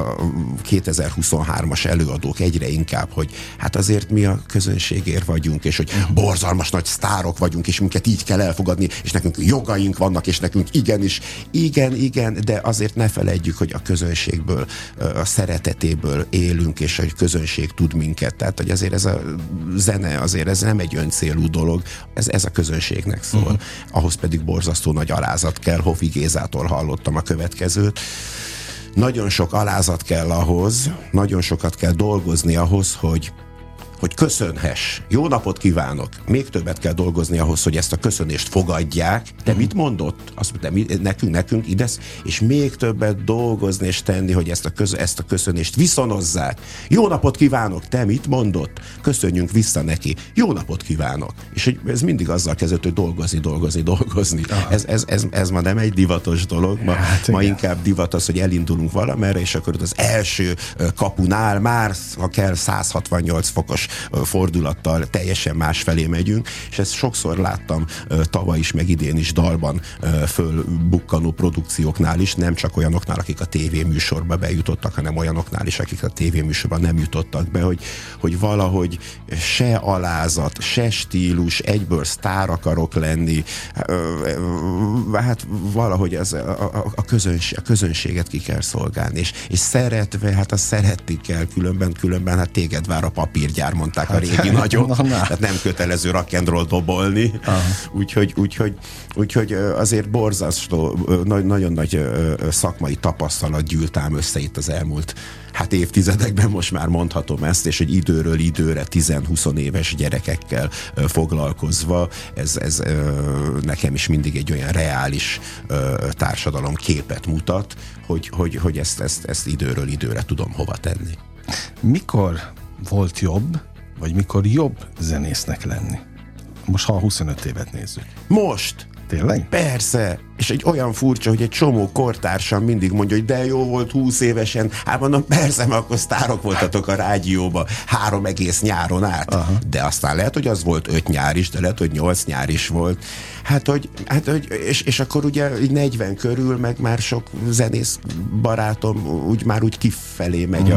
2023-as előadók egyre inkább, hogy hát azért mi a közönségért vagyunk, és hogy borzalmas nagy sztárok vagyunk, és minket így kell elfogadni, és nekünk jogaink vannak, és nekünk igenis, igen, de azért ne felejtjük, hogy a közönségből, a szeretetéből élünk, és a közönség tud minket. Tehát, hogy azért ez a zene, azért ez nem egy öncélú dolog, ez a közönségnek szól. Ahhoz pedig borzasztó nagy alázat kell. Hofi Gézától hallottam a következőt. Nagyon sok alázat kell ahhoz, nagyon sokat kell dolgozni ahhoz, hogy hogy köszönhess. Jó napot kívánok! Még többet kell dolgozni ahhoz, hogy ezt a köszönést fogadják. Te mit mondott? Azt mondta, nekünk ide, és még többet dolgozni és tenni, hogy ezt a köszönést viszonozzák. Jó napot kívánok! Te mit mondott? Köszönjünk vissza neki. Jó napot kívánok! És hogy ez mindig azzal kezdett, hogy dolgozni. Ez ma nem egy divatos dolog, ma inkább divat az, hogy elindulunk valamerre, és akkor az első kapunál már, ha kell, 168 fokos fordulattal teljesen másfelé megyünk, és ezt sokszor láttam tavaly is, meg idén is dalban fölbukkanó produkcióknál is, nem csak olyanoknál, akik a tévéműsorba bejutottak, hanem olyanoknál is, akik a tévéműsorban nem jutottak be, hogy valahogy se alázat, se stílus, egyből sztár akarok lenni, hát valahogy a közönséget ki kell szolgálni, és szeretve, hát azt szeretni kell, különben hát téged vár a papírgyár, mondták a régi nagyok, tehát nem kötelező rock and roll dobolni, úgyhogy azért borzasztó, nagyon nagy szakmai tapasztalat gyűlt ám össze itt az elmúlt évtizedekben, most már mondhatom ezt, és hogy időről időre 10-20 éves gyerekekkel foglalkozva, ez nekem is mindig egy olyan reális társadalom képet mutat, hogy ezt időről időre tudom hova tenni. Mikor volt jobb, vagy mikor jobb zenésznek lenni? Most ha 25 évet nézzük. Most! Tényleg? Persze! És egy olyan furcsa, hogy egy csomó kortársam mindig mondja, hogy de jó volt 20 évesen. Hát mondom, persze, mert akkor sztárok voltatok a rádióba 3 egész nyáron át. Aha. De aztán lehet, hogy az volt 5 nyár is, de lehet, hogy 8 nyár is volt. És akkor ugye 40 körül, meg már sok zenész barátom úgy kifelé megy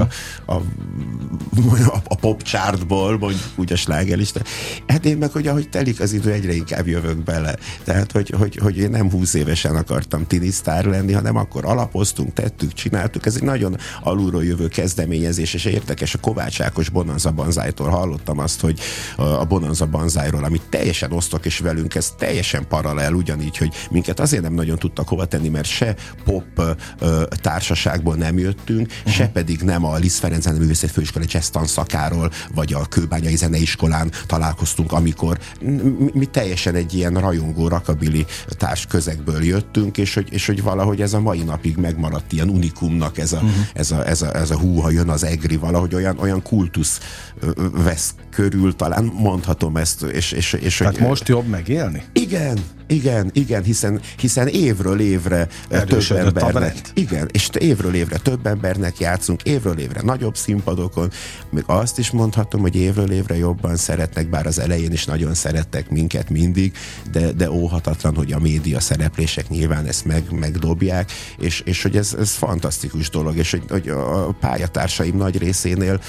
a pop chartból, mondjuk úgy a slágerlista. Hát én meg, hogy ahogy telik az idő, egyre inkább jövök bele. Tehát, hogy én nem 20 évesen akartam tinisztár lenni, hanem akkor alapoztunk, tettük, csináltuk. Ez egy nagyon alulról jövő kezdeményezés, és érdekes, a Kovács Ákos Bonanza Banzájtól hallottam azt, hogy a Bonanza Banzájról, amit teljesen osztok, és velünk ez teljesen paralel, ugyanígy, hogy minket azért nem nagyon tudtak hova tenni, mert se pop társaságból nem jöttünk, se pedig nem a Liszt Ferenc Zeneművészeti Főiskola jazz tanszakáról, vagy a Kőbányai Zeneiskolán találkoztunk, amikor mi teljesen egy ilyen rajongó rockabilly társ közegből jöttünk, és hogy valahogy ez a mai napig megmaradt ilyen unikumnak ez a húha jön az egri, valahogy olyan kultusz vesz körül, talán mondhatom ezt. Tehát most jobb megélni? Igen, hiszen évről évre több embernek. Igen, és évről évre több embernek játszunk, évről évre nagyobb színpadokon. Még azt is mondhatom, hogy évről évre jobban szeretnek, bár az elején is nagyon szerettek minket mindig, de óhatatlan, hogy a média szereplések nyilván ezt megdobják, és hogy ez fantasztikus dolog, és hogy a pályatársaim nagy részénél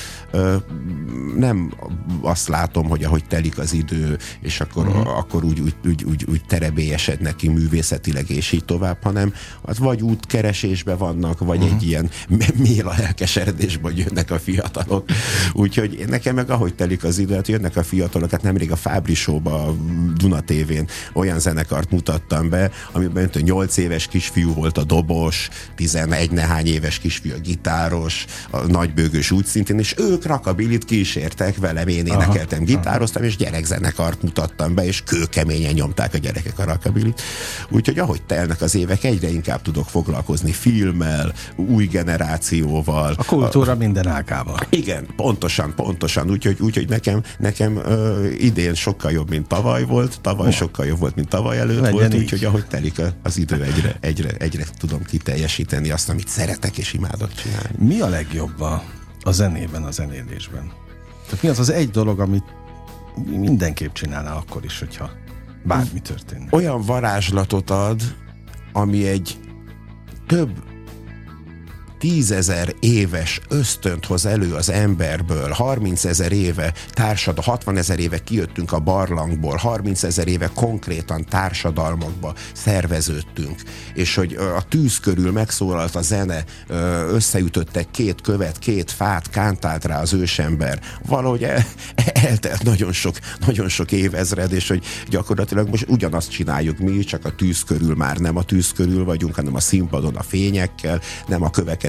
nem azt látom, hogy ahogy telik az idő, és akkor úgy terebélyesednek ki művészetileg, és így tovább, hanem az vagy útkeresésbe vannak, vagy egy ilyen méla elkeseredésben jönnek a fiatalok. Úgyhogy nekem meg ahogy telik az idő, hát jönnek a fiatalok, hát nemrég a Fábri Show-ba, a Duna TV-n olyan zenekart mutattam be, amiben 8 éves kisfiú volt a dobos, 11 nehány éves kisfiú a gitáros, a nagybőgős úgy szintén, és ők rockabilit kísértek velem, én énekeltem, gitároztam, és gyerekzenekart mutattam be, és kőkeményen nyomták a gyerekek a rockabilit. Úgyhogy ahogy telnek az évek, egyre inkább tudok foglalkozni filmmel, új generációval. A kultúra minden ágával. Igen, pontosan. Úgyhogy nekem idén sokkal jobb, mint tavaly volt, sokkal jobb volt, mint tavaly előtt volt, úgyhogy ahogy telik az idő, egyre tudom kiteljesíteni azt, amit szeretek és imádok csinálni. Mi a legjobb a zenében, a zenélésben? Tehát mi az egy dolog, amit mindenképp csinálná akkor is, hogyha bármi történne? Olyan varázslatot ad, ami egy több 10 000 éves ösztönt hoz elő az emberből, 30 000 éve 60 000 éve kijöttünk a barlangból, 30 000 éve konkrétan társadalmakba szerveződtünk, és hogy a tűz körül megszólalt a zene, összeütöttek 2 követ, 2 fát, kántált rá az ősember. Valahogy eltelt nagyon sok évezred, és hogy gyakorlatilag most ugyanazt csináljuk mi, csak a tűz körül már nem a tűz körül vagyunk, hanem a színpadon a fényekkel, nem a köveket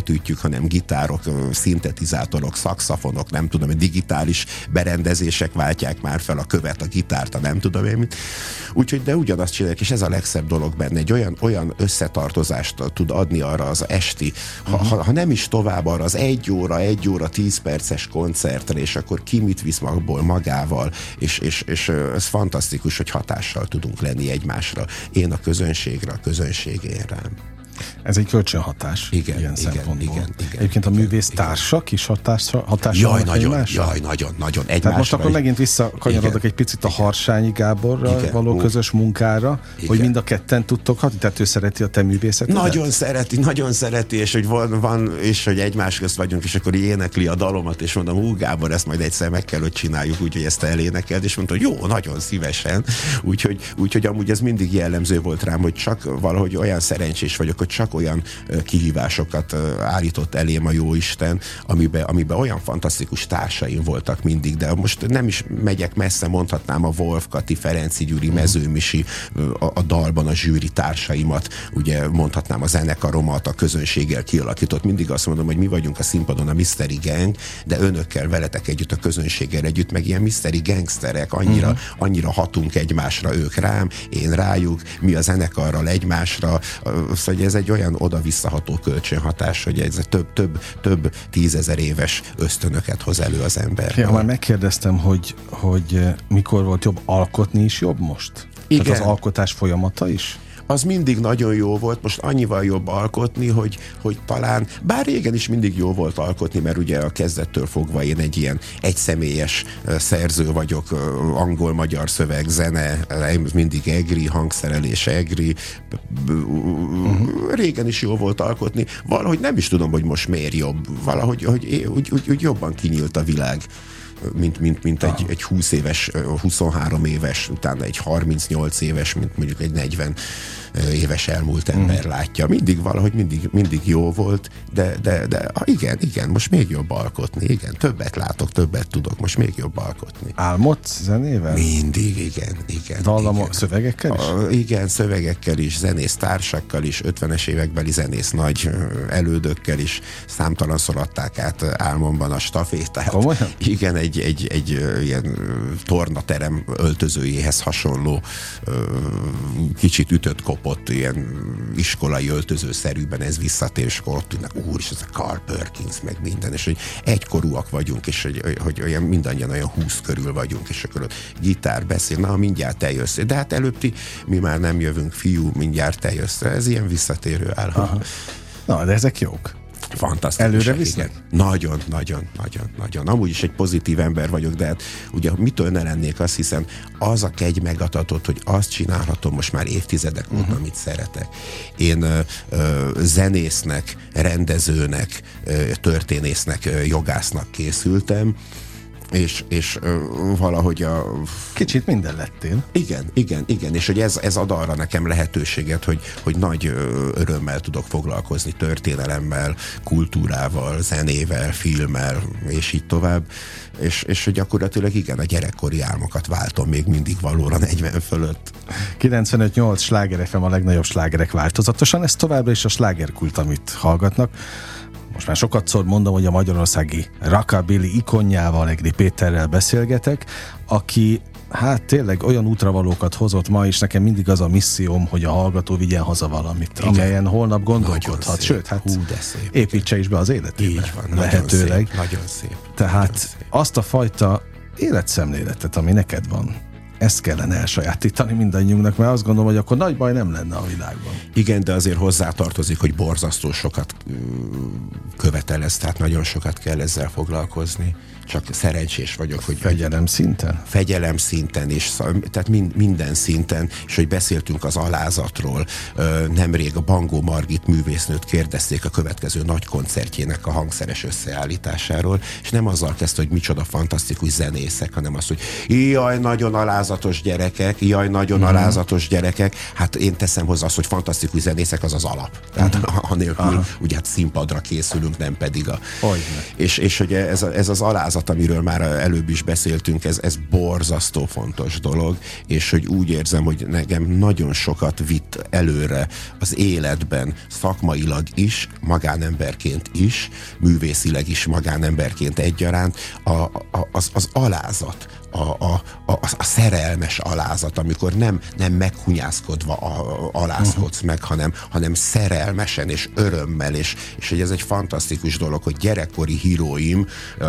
zengeket ütjük, hanem gitárok, szintetizátorok, szaxofonok, nem tudom, digitális berendezések váltják már fel a követ, a gitárt, a nem tudom én mit. Úgyhogy de ugyanazt csinálják, és ez a legszebb dolog benne, egy olyan összetartozást tud adni arra az esti, ha nem is tovább arra az 1 óra 10 perces koncertre, és akkor ki mit visz magával, és ez fantasztikus, hogy hatással tudunk lenni egymásra. Én a közönségre, a közönség én rám. Ez egy kölcsönhatás. Igen, ilyen szempontból. Igen. Egyébként a művész társak is hatással nagyon. Tehát most akkor megint visszakanyarodok egy picit a Harsányi Gáborral való közös munkára, hogy mind a ketten tudtok hatni, tehát ő szereti a te művészetet? Nagyon szereti, és hogy van, és hogy egymás közt vagyunk, és akkor énekli a dalomat, és mondom, Gábor, ezt majd egyszer meg kell, hogy csináljuk, úgyhogy ezt elénekeld, és mondta, hogy jó, nagyon szívesen. Úgyhogy amúgy ez mindig jellemző volt rám, hogy csak valahogy olyan szerencsés vagyok, hogy csak olyan kihívásokat állított elém a jóisten, amiben olyan fantasztikus társaim voltak mindig, de most nem is megyek messze, mondhatnám a Wolf Kati, Ferenci Gyuri, Mező Misi, a dalban a zsűri társaimat, ugye mondhatnám a zenekaromat, a közönséggel kialakított. Mindig azt mondom, hogy mi vagyunk a színpadon a Mystery Gang, de önökkel, veletek együtt, a közönséggel együtt, meg ilyen mystery gangsterek, annyira hatunk egymásra, ők rám, én rájuk, mi a zenekarral egymásra, szóval ez egy olyan oda-visszaható kölcsönhatás, hogy ez több 10 000 éves ösztönöket hoz elő az ember. Ja, már megkérdeztem, hogy mikor volt jobb alkotni is jobb most? Igen. Tehát az alkotás folyamata is? Az mindig nagyon jó volt, most annyival jobb alkotni, hogy talán, bár régen is mindig jó volt alkotni, mert ugye a kezdettől fogva én egy ilyen egyszemélyes szerző vagyok, angol-magyar szöveg, zene, mindig egri, hangszerelés egri, régen is jó volt alkotni, valahogy nem is tudom, hogy most miért jobb, valahogy úgy jobban kinyílt a világ. Mint egy 20 éves, 23 éves, utána egy 38 éves, mint mondjuk egy 40 éves elmúlt ember látja. Mindig jó volt, de igen, most még jobb alkotni, igen, többet látok, többet tudok, most még jobb alkotni. Álmodsz zenével? Mindig, igen. Szövegekkel is? Igen, szövegekkel is, zenész társakkal is, 50-es évekbeli zenész nagy elődökkel is, számtalanszor adták át álmomban a stafétát. Komolyan? Igen, egy ilyen tornaterem öltözőjéhez hasonló kicsit ütött kopott ilyen iskolai öltözőszerűben ez visszatér, és akkor ott ülnek, és ez a Carl Perkins, meg minden, és hogy egykorúak vagyunk, és hogy olyan mindannyian olyan 20 körül vagyunk, és akkor ott gitár beszél, na mindjárt te jössz. De hát előtti mi már nem jövünk, fiú, mindjárt te jössz. Ez ilyen visszatérő állam. Na, de ezek jók. Fantasztikus. Előre visznek? Nagyon. Amúgy is egy pozitív ember vagyok, de hát ugye mitől ne lennék, azt hiszem, az a kegy megadatott, hogy azt csinálhatom most már évtizedek óta, amit szeretek. Én zenésznek, rendezőnek, történésznek, jogásznak készültem, és valahogy kicsit minden lettél. Igen, és hogy ez ad arra nekem lehetőséget, hogy nagy örömmel tudok foglalkozni történelemmel, kultúrával, zenével, filmmel, és így tovább, és hogy gyakorlatilag igen, a gyerekkori álmokat váltom még mindig valóra 40 fölött. 95.8 Sláger FM, a legnagyobb slágerek változatosan, ez továbbra is a slágerkult, amit hallgatnak. Most már sokatszor mondom, hogy a magyarországi rockabilly ikonjával, Egri Péterrel beszélgetek, aki hát tényleg olyan útravalókat hozott ma, és nekem mindig az a misszióm, hogy a hallgató vigyen haza valamit, amelyen holnap gondolkodhat. Sőt, hát építse is be az életébe. Így van, lehetőleg. Nagyon szép. Tehát azt a fajta életszemléletet, ami neked van, ezt kellene elsajátítani mindannyiunknak, mert azt gondolom, hogy akkor nagy baj nem lenne a világban. Igen, de azért hozzátartozik, hogy borzasztó sokat követel ez, tehát nagyon sokat kell ezzel foglalkozni. Csak szerencsés vagyok, hogy... Fegyelem szinten? Fegyelem szinten, és tehát minden szinten, és hogy beszéltünk az alázatról. Nemrég a Bangó Margit művésznőt kérdezték a következő nagy koncertjének a hangszeres összeállításáról, és nem azzal kezdte, hogy micsoda fantasztikus zenészek, hanem azt, hogy jaj, nagyon alázat alázatos gyerekek, nagyon alázatos gyerekek, hát én teszem hozzá azt, hogy fantasztikus zenészek, az az alap. Tehát anélkül ugye hát színpadra készülünk, nem pedig a... És hogy ez az alázat, amiről már előbb is beszéltünk, ez borzasztó fontos dolog, és hogy úgy érzem, hogy nekem nagyon sokat vitt előre az életben, szakmailag is, magánemberként is, művészileg is, magánemberként egyaránt, az alázat, a szerelmes alázat, amikor nem meghunyászkodva alázkodsz meg, hanem szerelmesen és örömmel, és hogy ez egy fantasztikus dolog, hogy gyerekkori híróim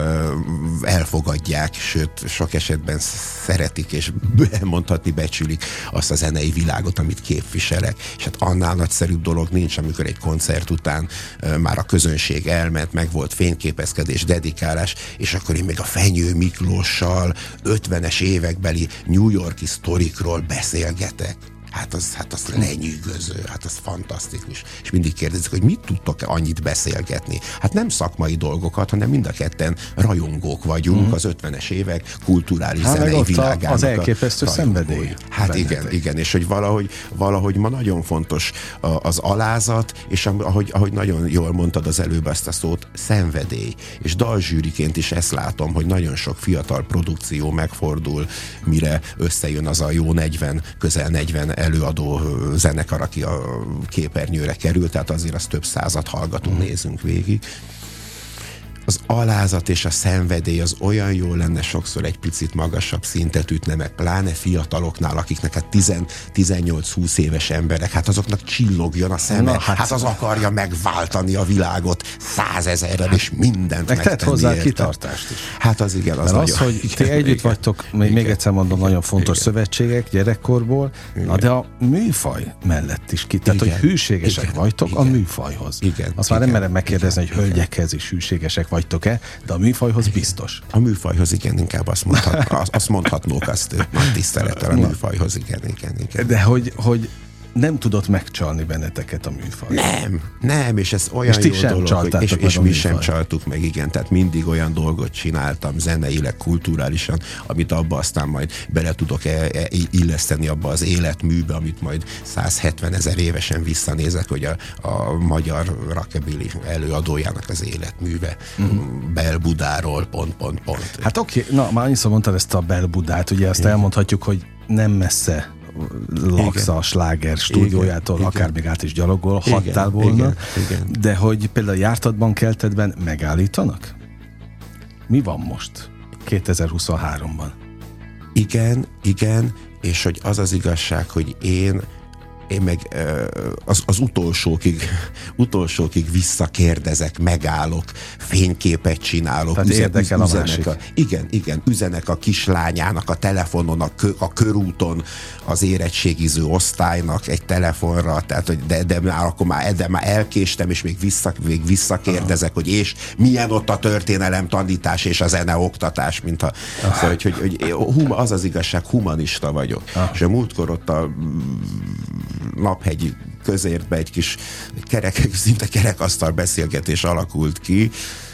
elfogadják, sőt, sok esetben szeretik, és mondhatni becsülik azt a zenei világot, amit képviselek. És hát annál nagyszerűbb dolog nincs, amikor egy koncert után már a közönség elment, meg volt fényképezkedés, dedikálás, és akkor én még a Fenyő Miklóssal 50-es évekbeli New York-i sztorikról beszélgetek. Hát az lenyűgöző, hát az fantasztikus. És mindig kérdezik, hogy mit tudtok annyit beszélgetni? Hát nem szakmai dolgokat, hanem mind a ketten rajongók vagyunk, az 50-es évek kulturális zenei világának. Az elképesztő szenvedély. Hát igen, és hogy valahogy ma nagyon fontos az alázat, és ahogy nagyon jól mondtad az előbb ezt a szót, szenvedély. És dalzsűriként is ezt látom, hogy nagyon sok fiatal produkció megfordul, mire összejön az a jó 40, közel 40 előadó zenekar, aki a képernyőre kerül, tehát azért az több százat hallgatunk, nézünk végig. Az alázat és a szenvedély az olyan jó lenne sokszor egy picit magasabb szintet ütne meg, pláne fiataloknál, akiknek hát 18-20 éves emberek, hát azoknak csillogjon a szeme, hát az akarja megváltani a világot 100 000-rel, és mindent megtenni. Tett hozzá kitartást is. Hát az igen, az nagyon. Az, hogy ti együtt vagytok, még egyszer mondom, nagyon fontos szövetségek gyerekkorból, de a műfaj mellett is ki. Tehát, hogy hűségesek vagytok a műfajhoz. Azt már nem merem megkérdezni, hogy hölgyekhez is hűségesek vagytok-e, de a műfajhoz biztos. A műfajhoz igen, inkább azt mondhatnók azt nagy tisztelettel a műfajhoz, igen. De hogy nem tudott megcsalni benneteket a műfaj. Nem, és ez olyan és jó dolog, hogy, és mi sem csaltuk meg, igen, tehát mindig olyan dolgot csináltam zeneileg, kulturálisan, amit abba aztán majd bele tudok illeszteni abba az életműbe, amit majd 170 000 évesen visszanézek, hogy a magyar rockabilly előadójának az életműve Bel-Budáról, pont. Hát oké, már annyiszor mondtad ezt a Bel-Budát, ugye azt elmondhatjuk, hogy nem messze laksz a sláger stúdiójától, akár még át is gyalogolhattál volna, de hogy például Jártatban, Keltetben megállítanak? Mi van most 2023-ban? Igen, és hogy az az igazság, hogy én meg az utolsókig visszakérdezek, megállok, fényképet csinálok. Tehát érdekel a másik. Igen, üzenek a kislányának a telefonon, a körúton az érettségiző osztálynak egy telefonra, tehát, hogy de már elkéstem, és még visszakérdezek, hogy és milyen ott a történelem tanítás és a zeneoktatás, mintha szóval, hogy az az igazság, humanista vagyok. És a múltkor ott a Naphegyi közértbe egy kis szinte kerekasztal beszélgetés alakult ki,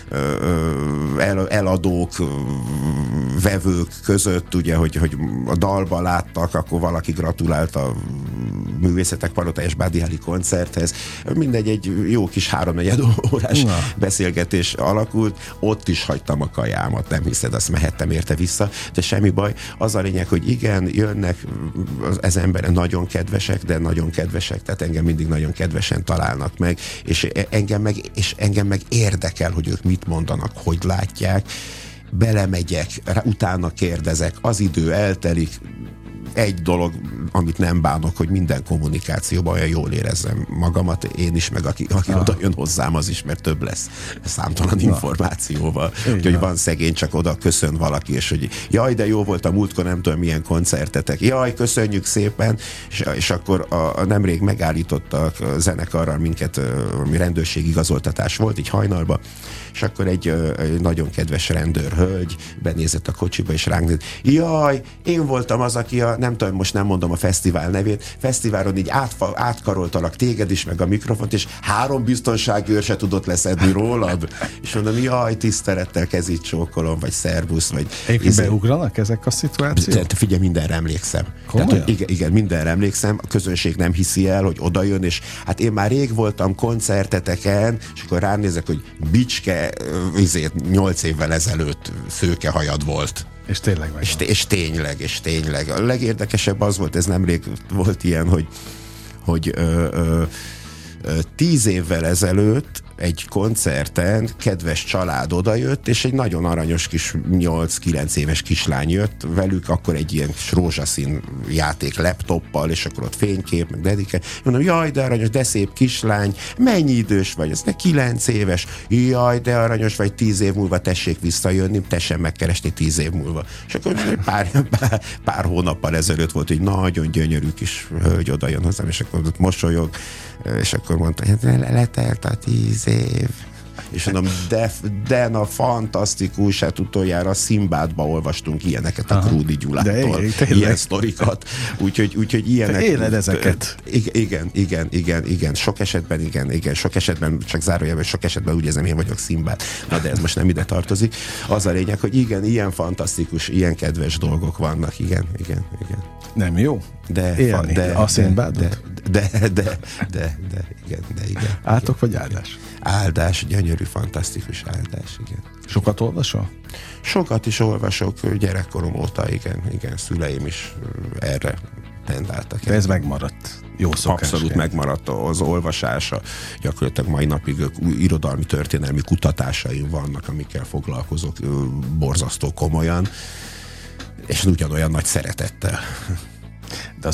eladók, vevők között, ugye, hogy a dalba láttak, akkor valaki gratulált a Művészetek Palotája és Bádi koncerthez. Mindegy, egy jó kis 3-4 órás beszélgetés alakult, ott is hagytam a kajámat, nem hiszed, azt mehettem érte vissza, de semmi baj. Az a lényeg, hogy igen, jönnek ez emberek nagyon kedvesek, tehát engem mindig nagyon kedvesen találnak meg, és engem meg érdekel, hogy ők mit mondanak, hogy látják, belemegyek, utána kérdezek, az idő eltelik, egy dolog, amit nem bánok, hogy minden kommunikációban olyan jól érezzem magamat, én is, meg aki oda jön hozzám, az is, mert több lesz számtalan információval. Úgyhogy van szegény, csak oda köszön valaki, és hogy jaj, de jó volt a múltkor, nem tudom milyen koncertetek. Jaj, köszönjük szépen, és akkor nemrég megállítottak a zenekarral minket, ami rendőrségigazoltatás volt, így hajnalba, és akkor egy nagyon kedves rendőrhölgy benézett a kocsiba, és ránk nézett, jaj, én voltam az, aki a nem tudom, most nem mondom a fesztivál nevét, fesztiválon így átkaroltalak téged is, meg a mikrofont, és 3 biztonsági őr se tudott leszedni rólad. És mondom, jaj, tisztelettel kezit csókolom, vagy szervusz, vagy... Beugranak ezek a szituációk? Figyelj, mindenre emlékszem. Tehát, igen, mindenre emlékszem. A közönség nem hiszi el, hogy oda jön, és hát én már rég voltam koncerteteken, és akkor ránézek, hogy Bicske 8 évvel ezelőtt szőkehajad volt. És tényleg meg. És tényleg. A legérdekesebb az volt, ez nemrég volt ilyen, hogy 10 évvel ezelőtt egy koncerten kedves család odajött, és egy nagyon aranyos kis 8-9 éves kislány jött velük, akkor egy ilyen rózsaszín játék laptoppal, és akkor ott fénykép, meg dedike. Mondom, jaj, de aranyos, de szép kislány, mennyi idős vagy? Ez 9 éves. Jaj, de aranyos vagy, 10 év múlva tessék visszajönni, tessen megkeresni 10 év múlva. És akkor pár hónappal ezelőtt volt, hogy nagyon gyönyörű kis hölgy odajön hozzám, és akkor ott mosolyog, és akkor mondta, hogy letelt a 10 év. És mondom, de a fantasztikus, hát utoljára Szimbádba olvastunk ilyeneket a Krúdi Gyulától. Ilyen sztorikat. Úgyhogy ilyenek. Éled ezeket. Igen. Sok esetben, csak zárójelben, sok esetben úgy érzem, én vagyok Szimbád. Na de ez most nem ide tartozik. Az a lényeg, hogy igen, ilyen fantasztikus, ilyen kedves dolgok vannak. Igen. Nem jó? De a Szimbádot? De igen. Átok vagy áldás? Áldás, gyönyörű, fantasztikus áldás, igen. Sokat olvasol? Sokat is olvasok, gyerekkorom óta, igen, szüleim is erre tendáltak. De ez megmaradt. Jó szokás. Abszolút megmaradt az olvasása. Gyakorlatilag mai napig irodalmi történelmi kutatásaim vannak, amikkel foglalkozok borzasztó komolyan, és ugyanolyan nagy szeretettel. De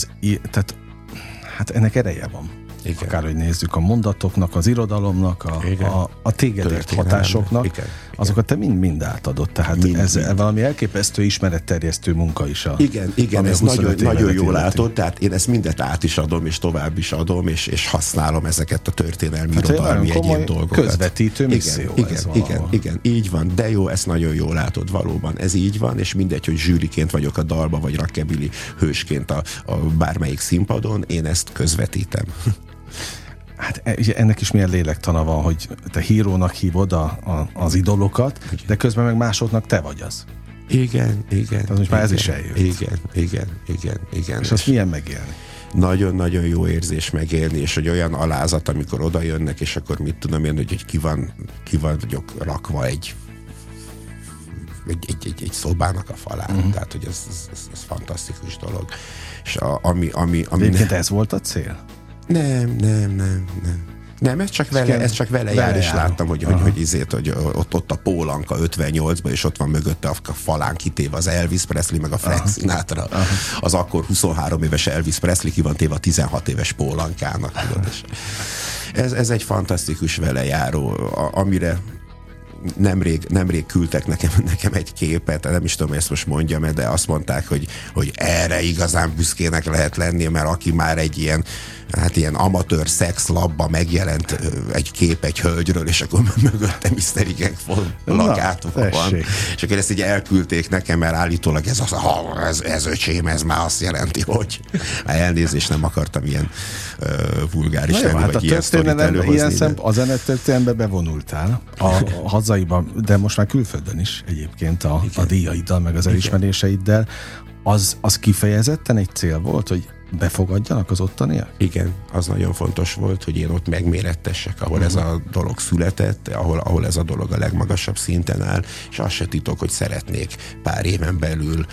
hát ennek ereje van. Igen. Akárhogy nézzük, a mondatoknak, az irodalomnak, a téged ért hatásoknak, azokat te mind átadod. Tehát ez valami elképesztő ismeretterjesztő munka is. Igen, ez nagyon jól látod, tehát én ezt mindet át is adom, és tovább is adom, és használom ezeket a történelmi irodalmi egyéb dolgokat. Közvetítő misszió. Igen, így van, de jó, ezt nagyon jól látod valóban. Ez így van, és mindegy, hogy zsűriként vagyok a dalba, vagy rockabilly hősként a bármelyik színpadon, én ezt közvetítem. Hát ennek is milyen lélektana van, hogy te hírónak hívod az idolokat, de közben meg másoknak te vagy az. Igen. Tehát most már ez is eljött. Igen. És azt milyen megélni? Nagyon-nagyon jó érzés megélni, és hogy olyan alázat, amikor oda jönnek, és akkor mit tudom én, hogy ki vagyok rakva egy szobának a falán. Tehát, hogy ez fantasztikus dolog. És egyébként ez volt a cél? Nem, ez csak vele jár, és láttam, hogy ott a Pólanka 58-ban, és ott van mögötte a falán kitéve az Elvis Presley, meg a Frank Sinatra. Az akkor 23 éves Elvis Presley ki van téve a 16 éves Pólankának. Ez egy fantasztikus velejáró, amire nemrég küldtek nekem egy képet, nem is tudom, ezt most mondjam, de azt mondták, hogy erre igazán büszkének lehet lenni, mert aki már egy ilyen amatőr szexlabba megjelent egy kép egy hölgyről, és akkor mögöttem Mr. Igen plakátok van. És akkor ezt így elküldték nekem, mert állítólag ez öcsém, ez már azt jelenti, hogy elnézést, nem akartam ilyen vulgáris lenni, vagy ilyen sztorit előhozni. A zenetörténelembe bevonultál a hazaiban, de most már külföldön is egyébként a díjaiddal, meg az elismeréseiddel. Az kifejezetten egy cél volt, hogy befogadjanak az ottaniak? Igen, az nagyon fontos volt, hogy én ott megmérettessek, ahol ez a dolog született, ahol ez a dolog a legmagasabb szinten áll, és azt se titok, hogy szeretnék pár éven belül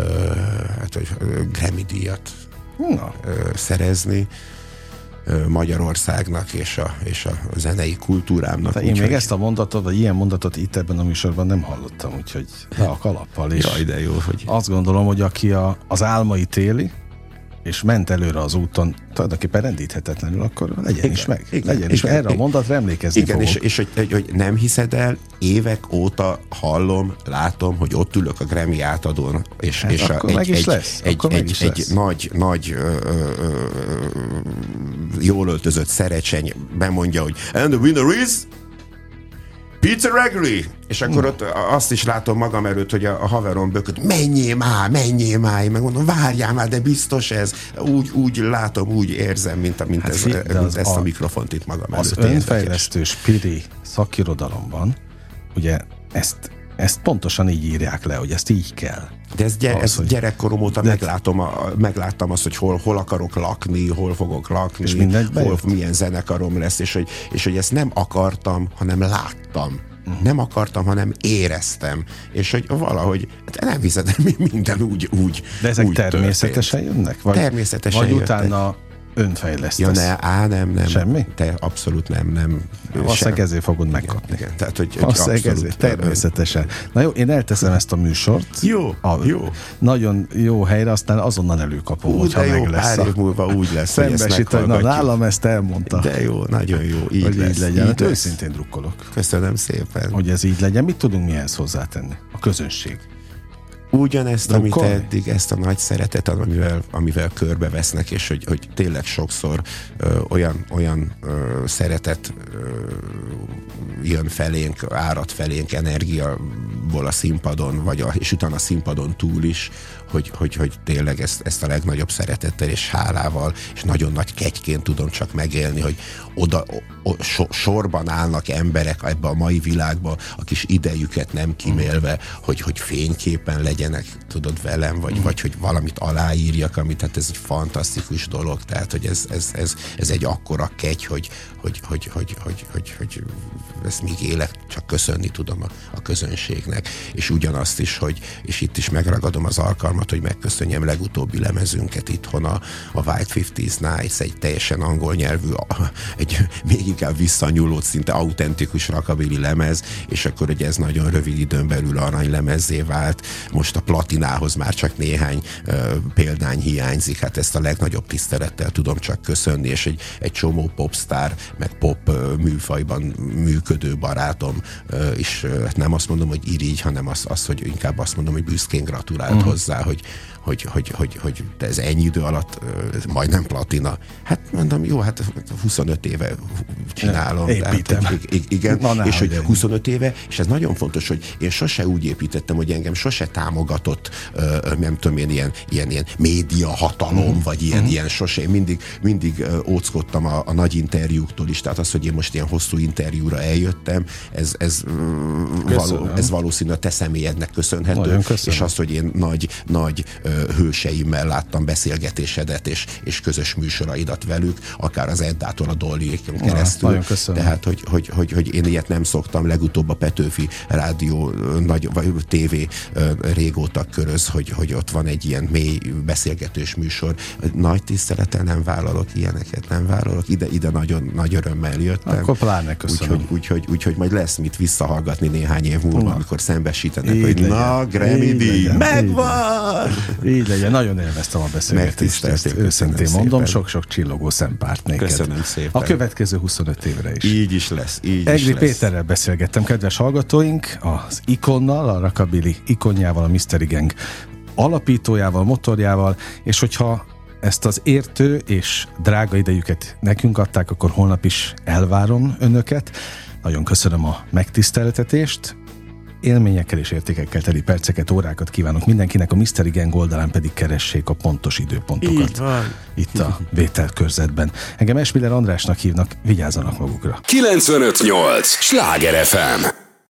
Grammy díjat szerezni Magyarországnak és a zenei kultúrámnak. Én még ezt a mondatot, vagy ilyen mondatot itt ebben a műsorban nem hallottam, úgyhogy a kalappal is. Jaj, de jó, hogy... Azt gondolom, hogy aki az álmait éli, és ment előre az úton, tulajdonképpen rendíthetetlenül, akkor legyen is meg. Erre a mondatra emlékezni fogok. És hogy nem hiszed el, évek óta hallom, látom, hogy ott ülök a Grammy átadón, és egy nagy jól öltözött szerecseny bemondja, hogy and the winner is Peter Gregory. És akkor ott azt is látom magam előtt, hogy a haverom bököt, menjél már, meg mondom, várjál már, de biztos ez. Úgy látom, úgy érzem, mint ezt a mikrofont itt magam előtt. Az önfejlesztő spiri szakirodalomban, ugye ezt pontosan így írják le, hogy ezt így kell. De ez gyerekkorom óta megláttam azt, hogy hol akarok lakni, hol fogok lakni, és milyen zenekarom lesz, és hogy ezt nem akartam, hanem láttam. Nem akartam, hanem éreztem. És hogy valahogy, nem hiszem, minden úgy de ezek úgy természetesen jönnek? Természetesen vagy utána önfejlesztesz? Ja, nem. Semmi? Te abszolút nem. Valószínűleg ezért fogod megkapni. Igen. Tehát, hogy abszolút, természetesen. Na jó, én elteszem ezt a műsort. Jó. Nagyon jó helyre, aztán azonnal előkapom, hogyha meg lesz. Pár év múlva úgy lesz, szembesíteni. Na, nálam ezt elmondta. De jó, nagyon jó. Így lesz. Így legyen. Hát őszintén drukkolok. Köszönöm szépen. Hogy ez így legyen. Mit tudunk mi ehhez hozzátenni? A közönség. Ugyanezt, amit eddig, ezt a nagy szeretet, amivel körbevesznek, és hogy tényleg sokszor olyan szeretet jön felénk, árad felénk energiaból a színpadon, és utána a színpadon túl is, hogy tényleg ezt a legnagyobb szeretettel és hálával, és nagyon nagy kegyként tudom csak megélni, hogy sorban állnak emberek ebbe a mai világba, a kis idejüket nem kimélve, hogy fényképen legyenek, tudod, velem, vagy hogy valamit aláírjak, amit hát ez egy fantasztikus dolog, tehát, hogy ez egy akkora kegy, hogy ezt még élek, csak köszönni tudom a közönségnek, és ugyanazt is, és itt is megragadom az alkalmat, hogy megköszönjem legutóbbi lemezünket itthon, a White 50's Nights, egy teljesen angol nyelvű, egy még inkább visszanyúló, szinte autentikus rockabilly lemez, és akkor ugye ez nagyon rövid időn belül aranylemezzé vált, most a platinához már csak néhány példány hiányzik, hát ezt a legnagyobb tisztelettel tudom csak köszönni, és egy csomó popstar, meg pop műfajban működő barátom, és nem azt mondom, hogy irigy, hanem hogy inkább azt mondom, hogy büszkén gratulált hozzá, hogy ez ennyi idő alatt majdnem platina. Hát mondom, jó, hát 25 éve csinálom. Építem. Igen, és hogy 25 éve, és ez nagyon fontos, hogy én sose úgy építettem, hogy engem sose támogatott, nem tudom én, ilyen média hatalom, vagy ilyen sose. Én mindig óckodtam a nagy interjúktól is, tehát az, hogy én most ilyen hosszú interjúra eljöttem, ez valószínűleg a te személyednek köszönhető, és az, hogy én nagy hőseimmel láttam beszélgetésedet, és közös műsoraidat velük, akár az Eddától a Dolly-éken keresztül. Tehát, hogy én ilyet nem szoktam, legutóbb a Petőfi Rádió vagy tévé régóta köröz, hogy ott van egy ilyen mély beszélgetős műsor. Nagy tisztelettel nem vállalok ilyeneket, nem vállalok. Ide nagyon nagy örömmel jöttem. Akkor pláne köszönöm. Úgyhogy majd lesz mit visszahallgatni néhány év múlva, amikor szembesítenek, hogy na, Grammy díj, megvan! Így legyen, nagyon élveztem a beszélgetést. Őszintén mondom, sok-sok csillogó szempárt néked. Köszönöm szépen. A következő 25 évre is. Így is lesz. Egri Péterrel beszélgettem, kedves hallgatóink, az ikonnal, a rockabilly ikonjával, a Mystery Gang alapítójával, motorjával, és hogyha ezt az értő és drága idejüket nekünk adták, akkor holnap is elvárom önöket. Nagyon köszönöm a megtiszteltetést. Élményekkel és értékekkel teli perceket, órákat kívánok mindenkinek, a Mystery Gang oldalán pedig keressék a pontos időpontokat. Itt a vételkörzetben. Engem Esmiller Andrásnak hívnak, vigyázzanak magukra. 95.8 Sláger FM.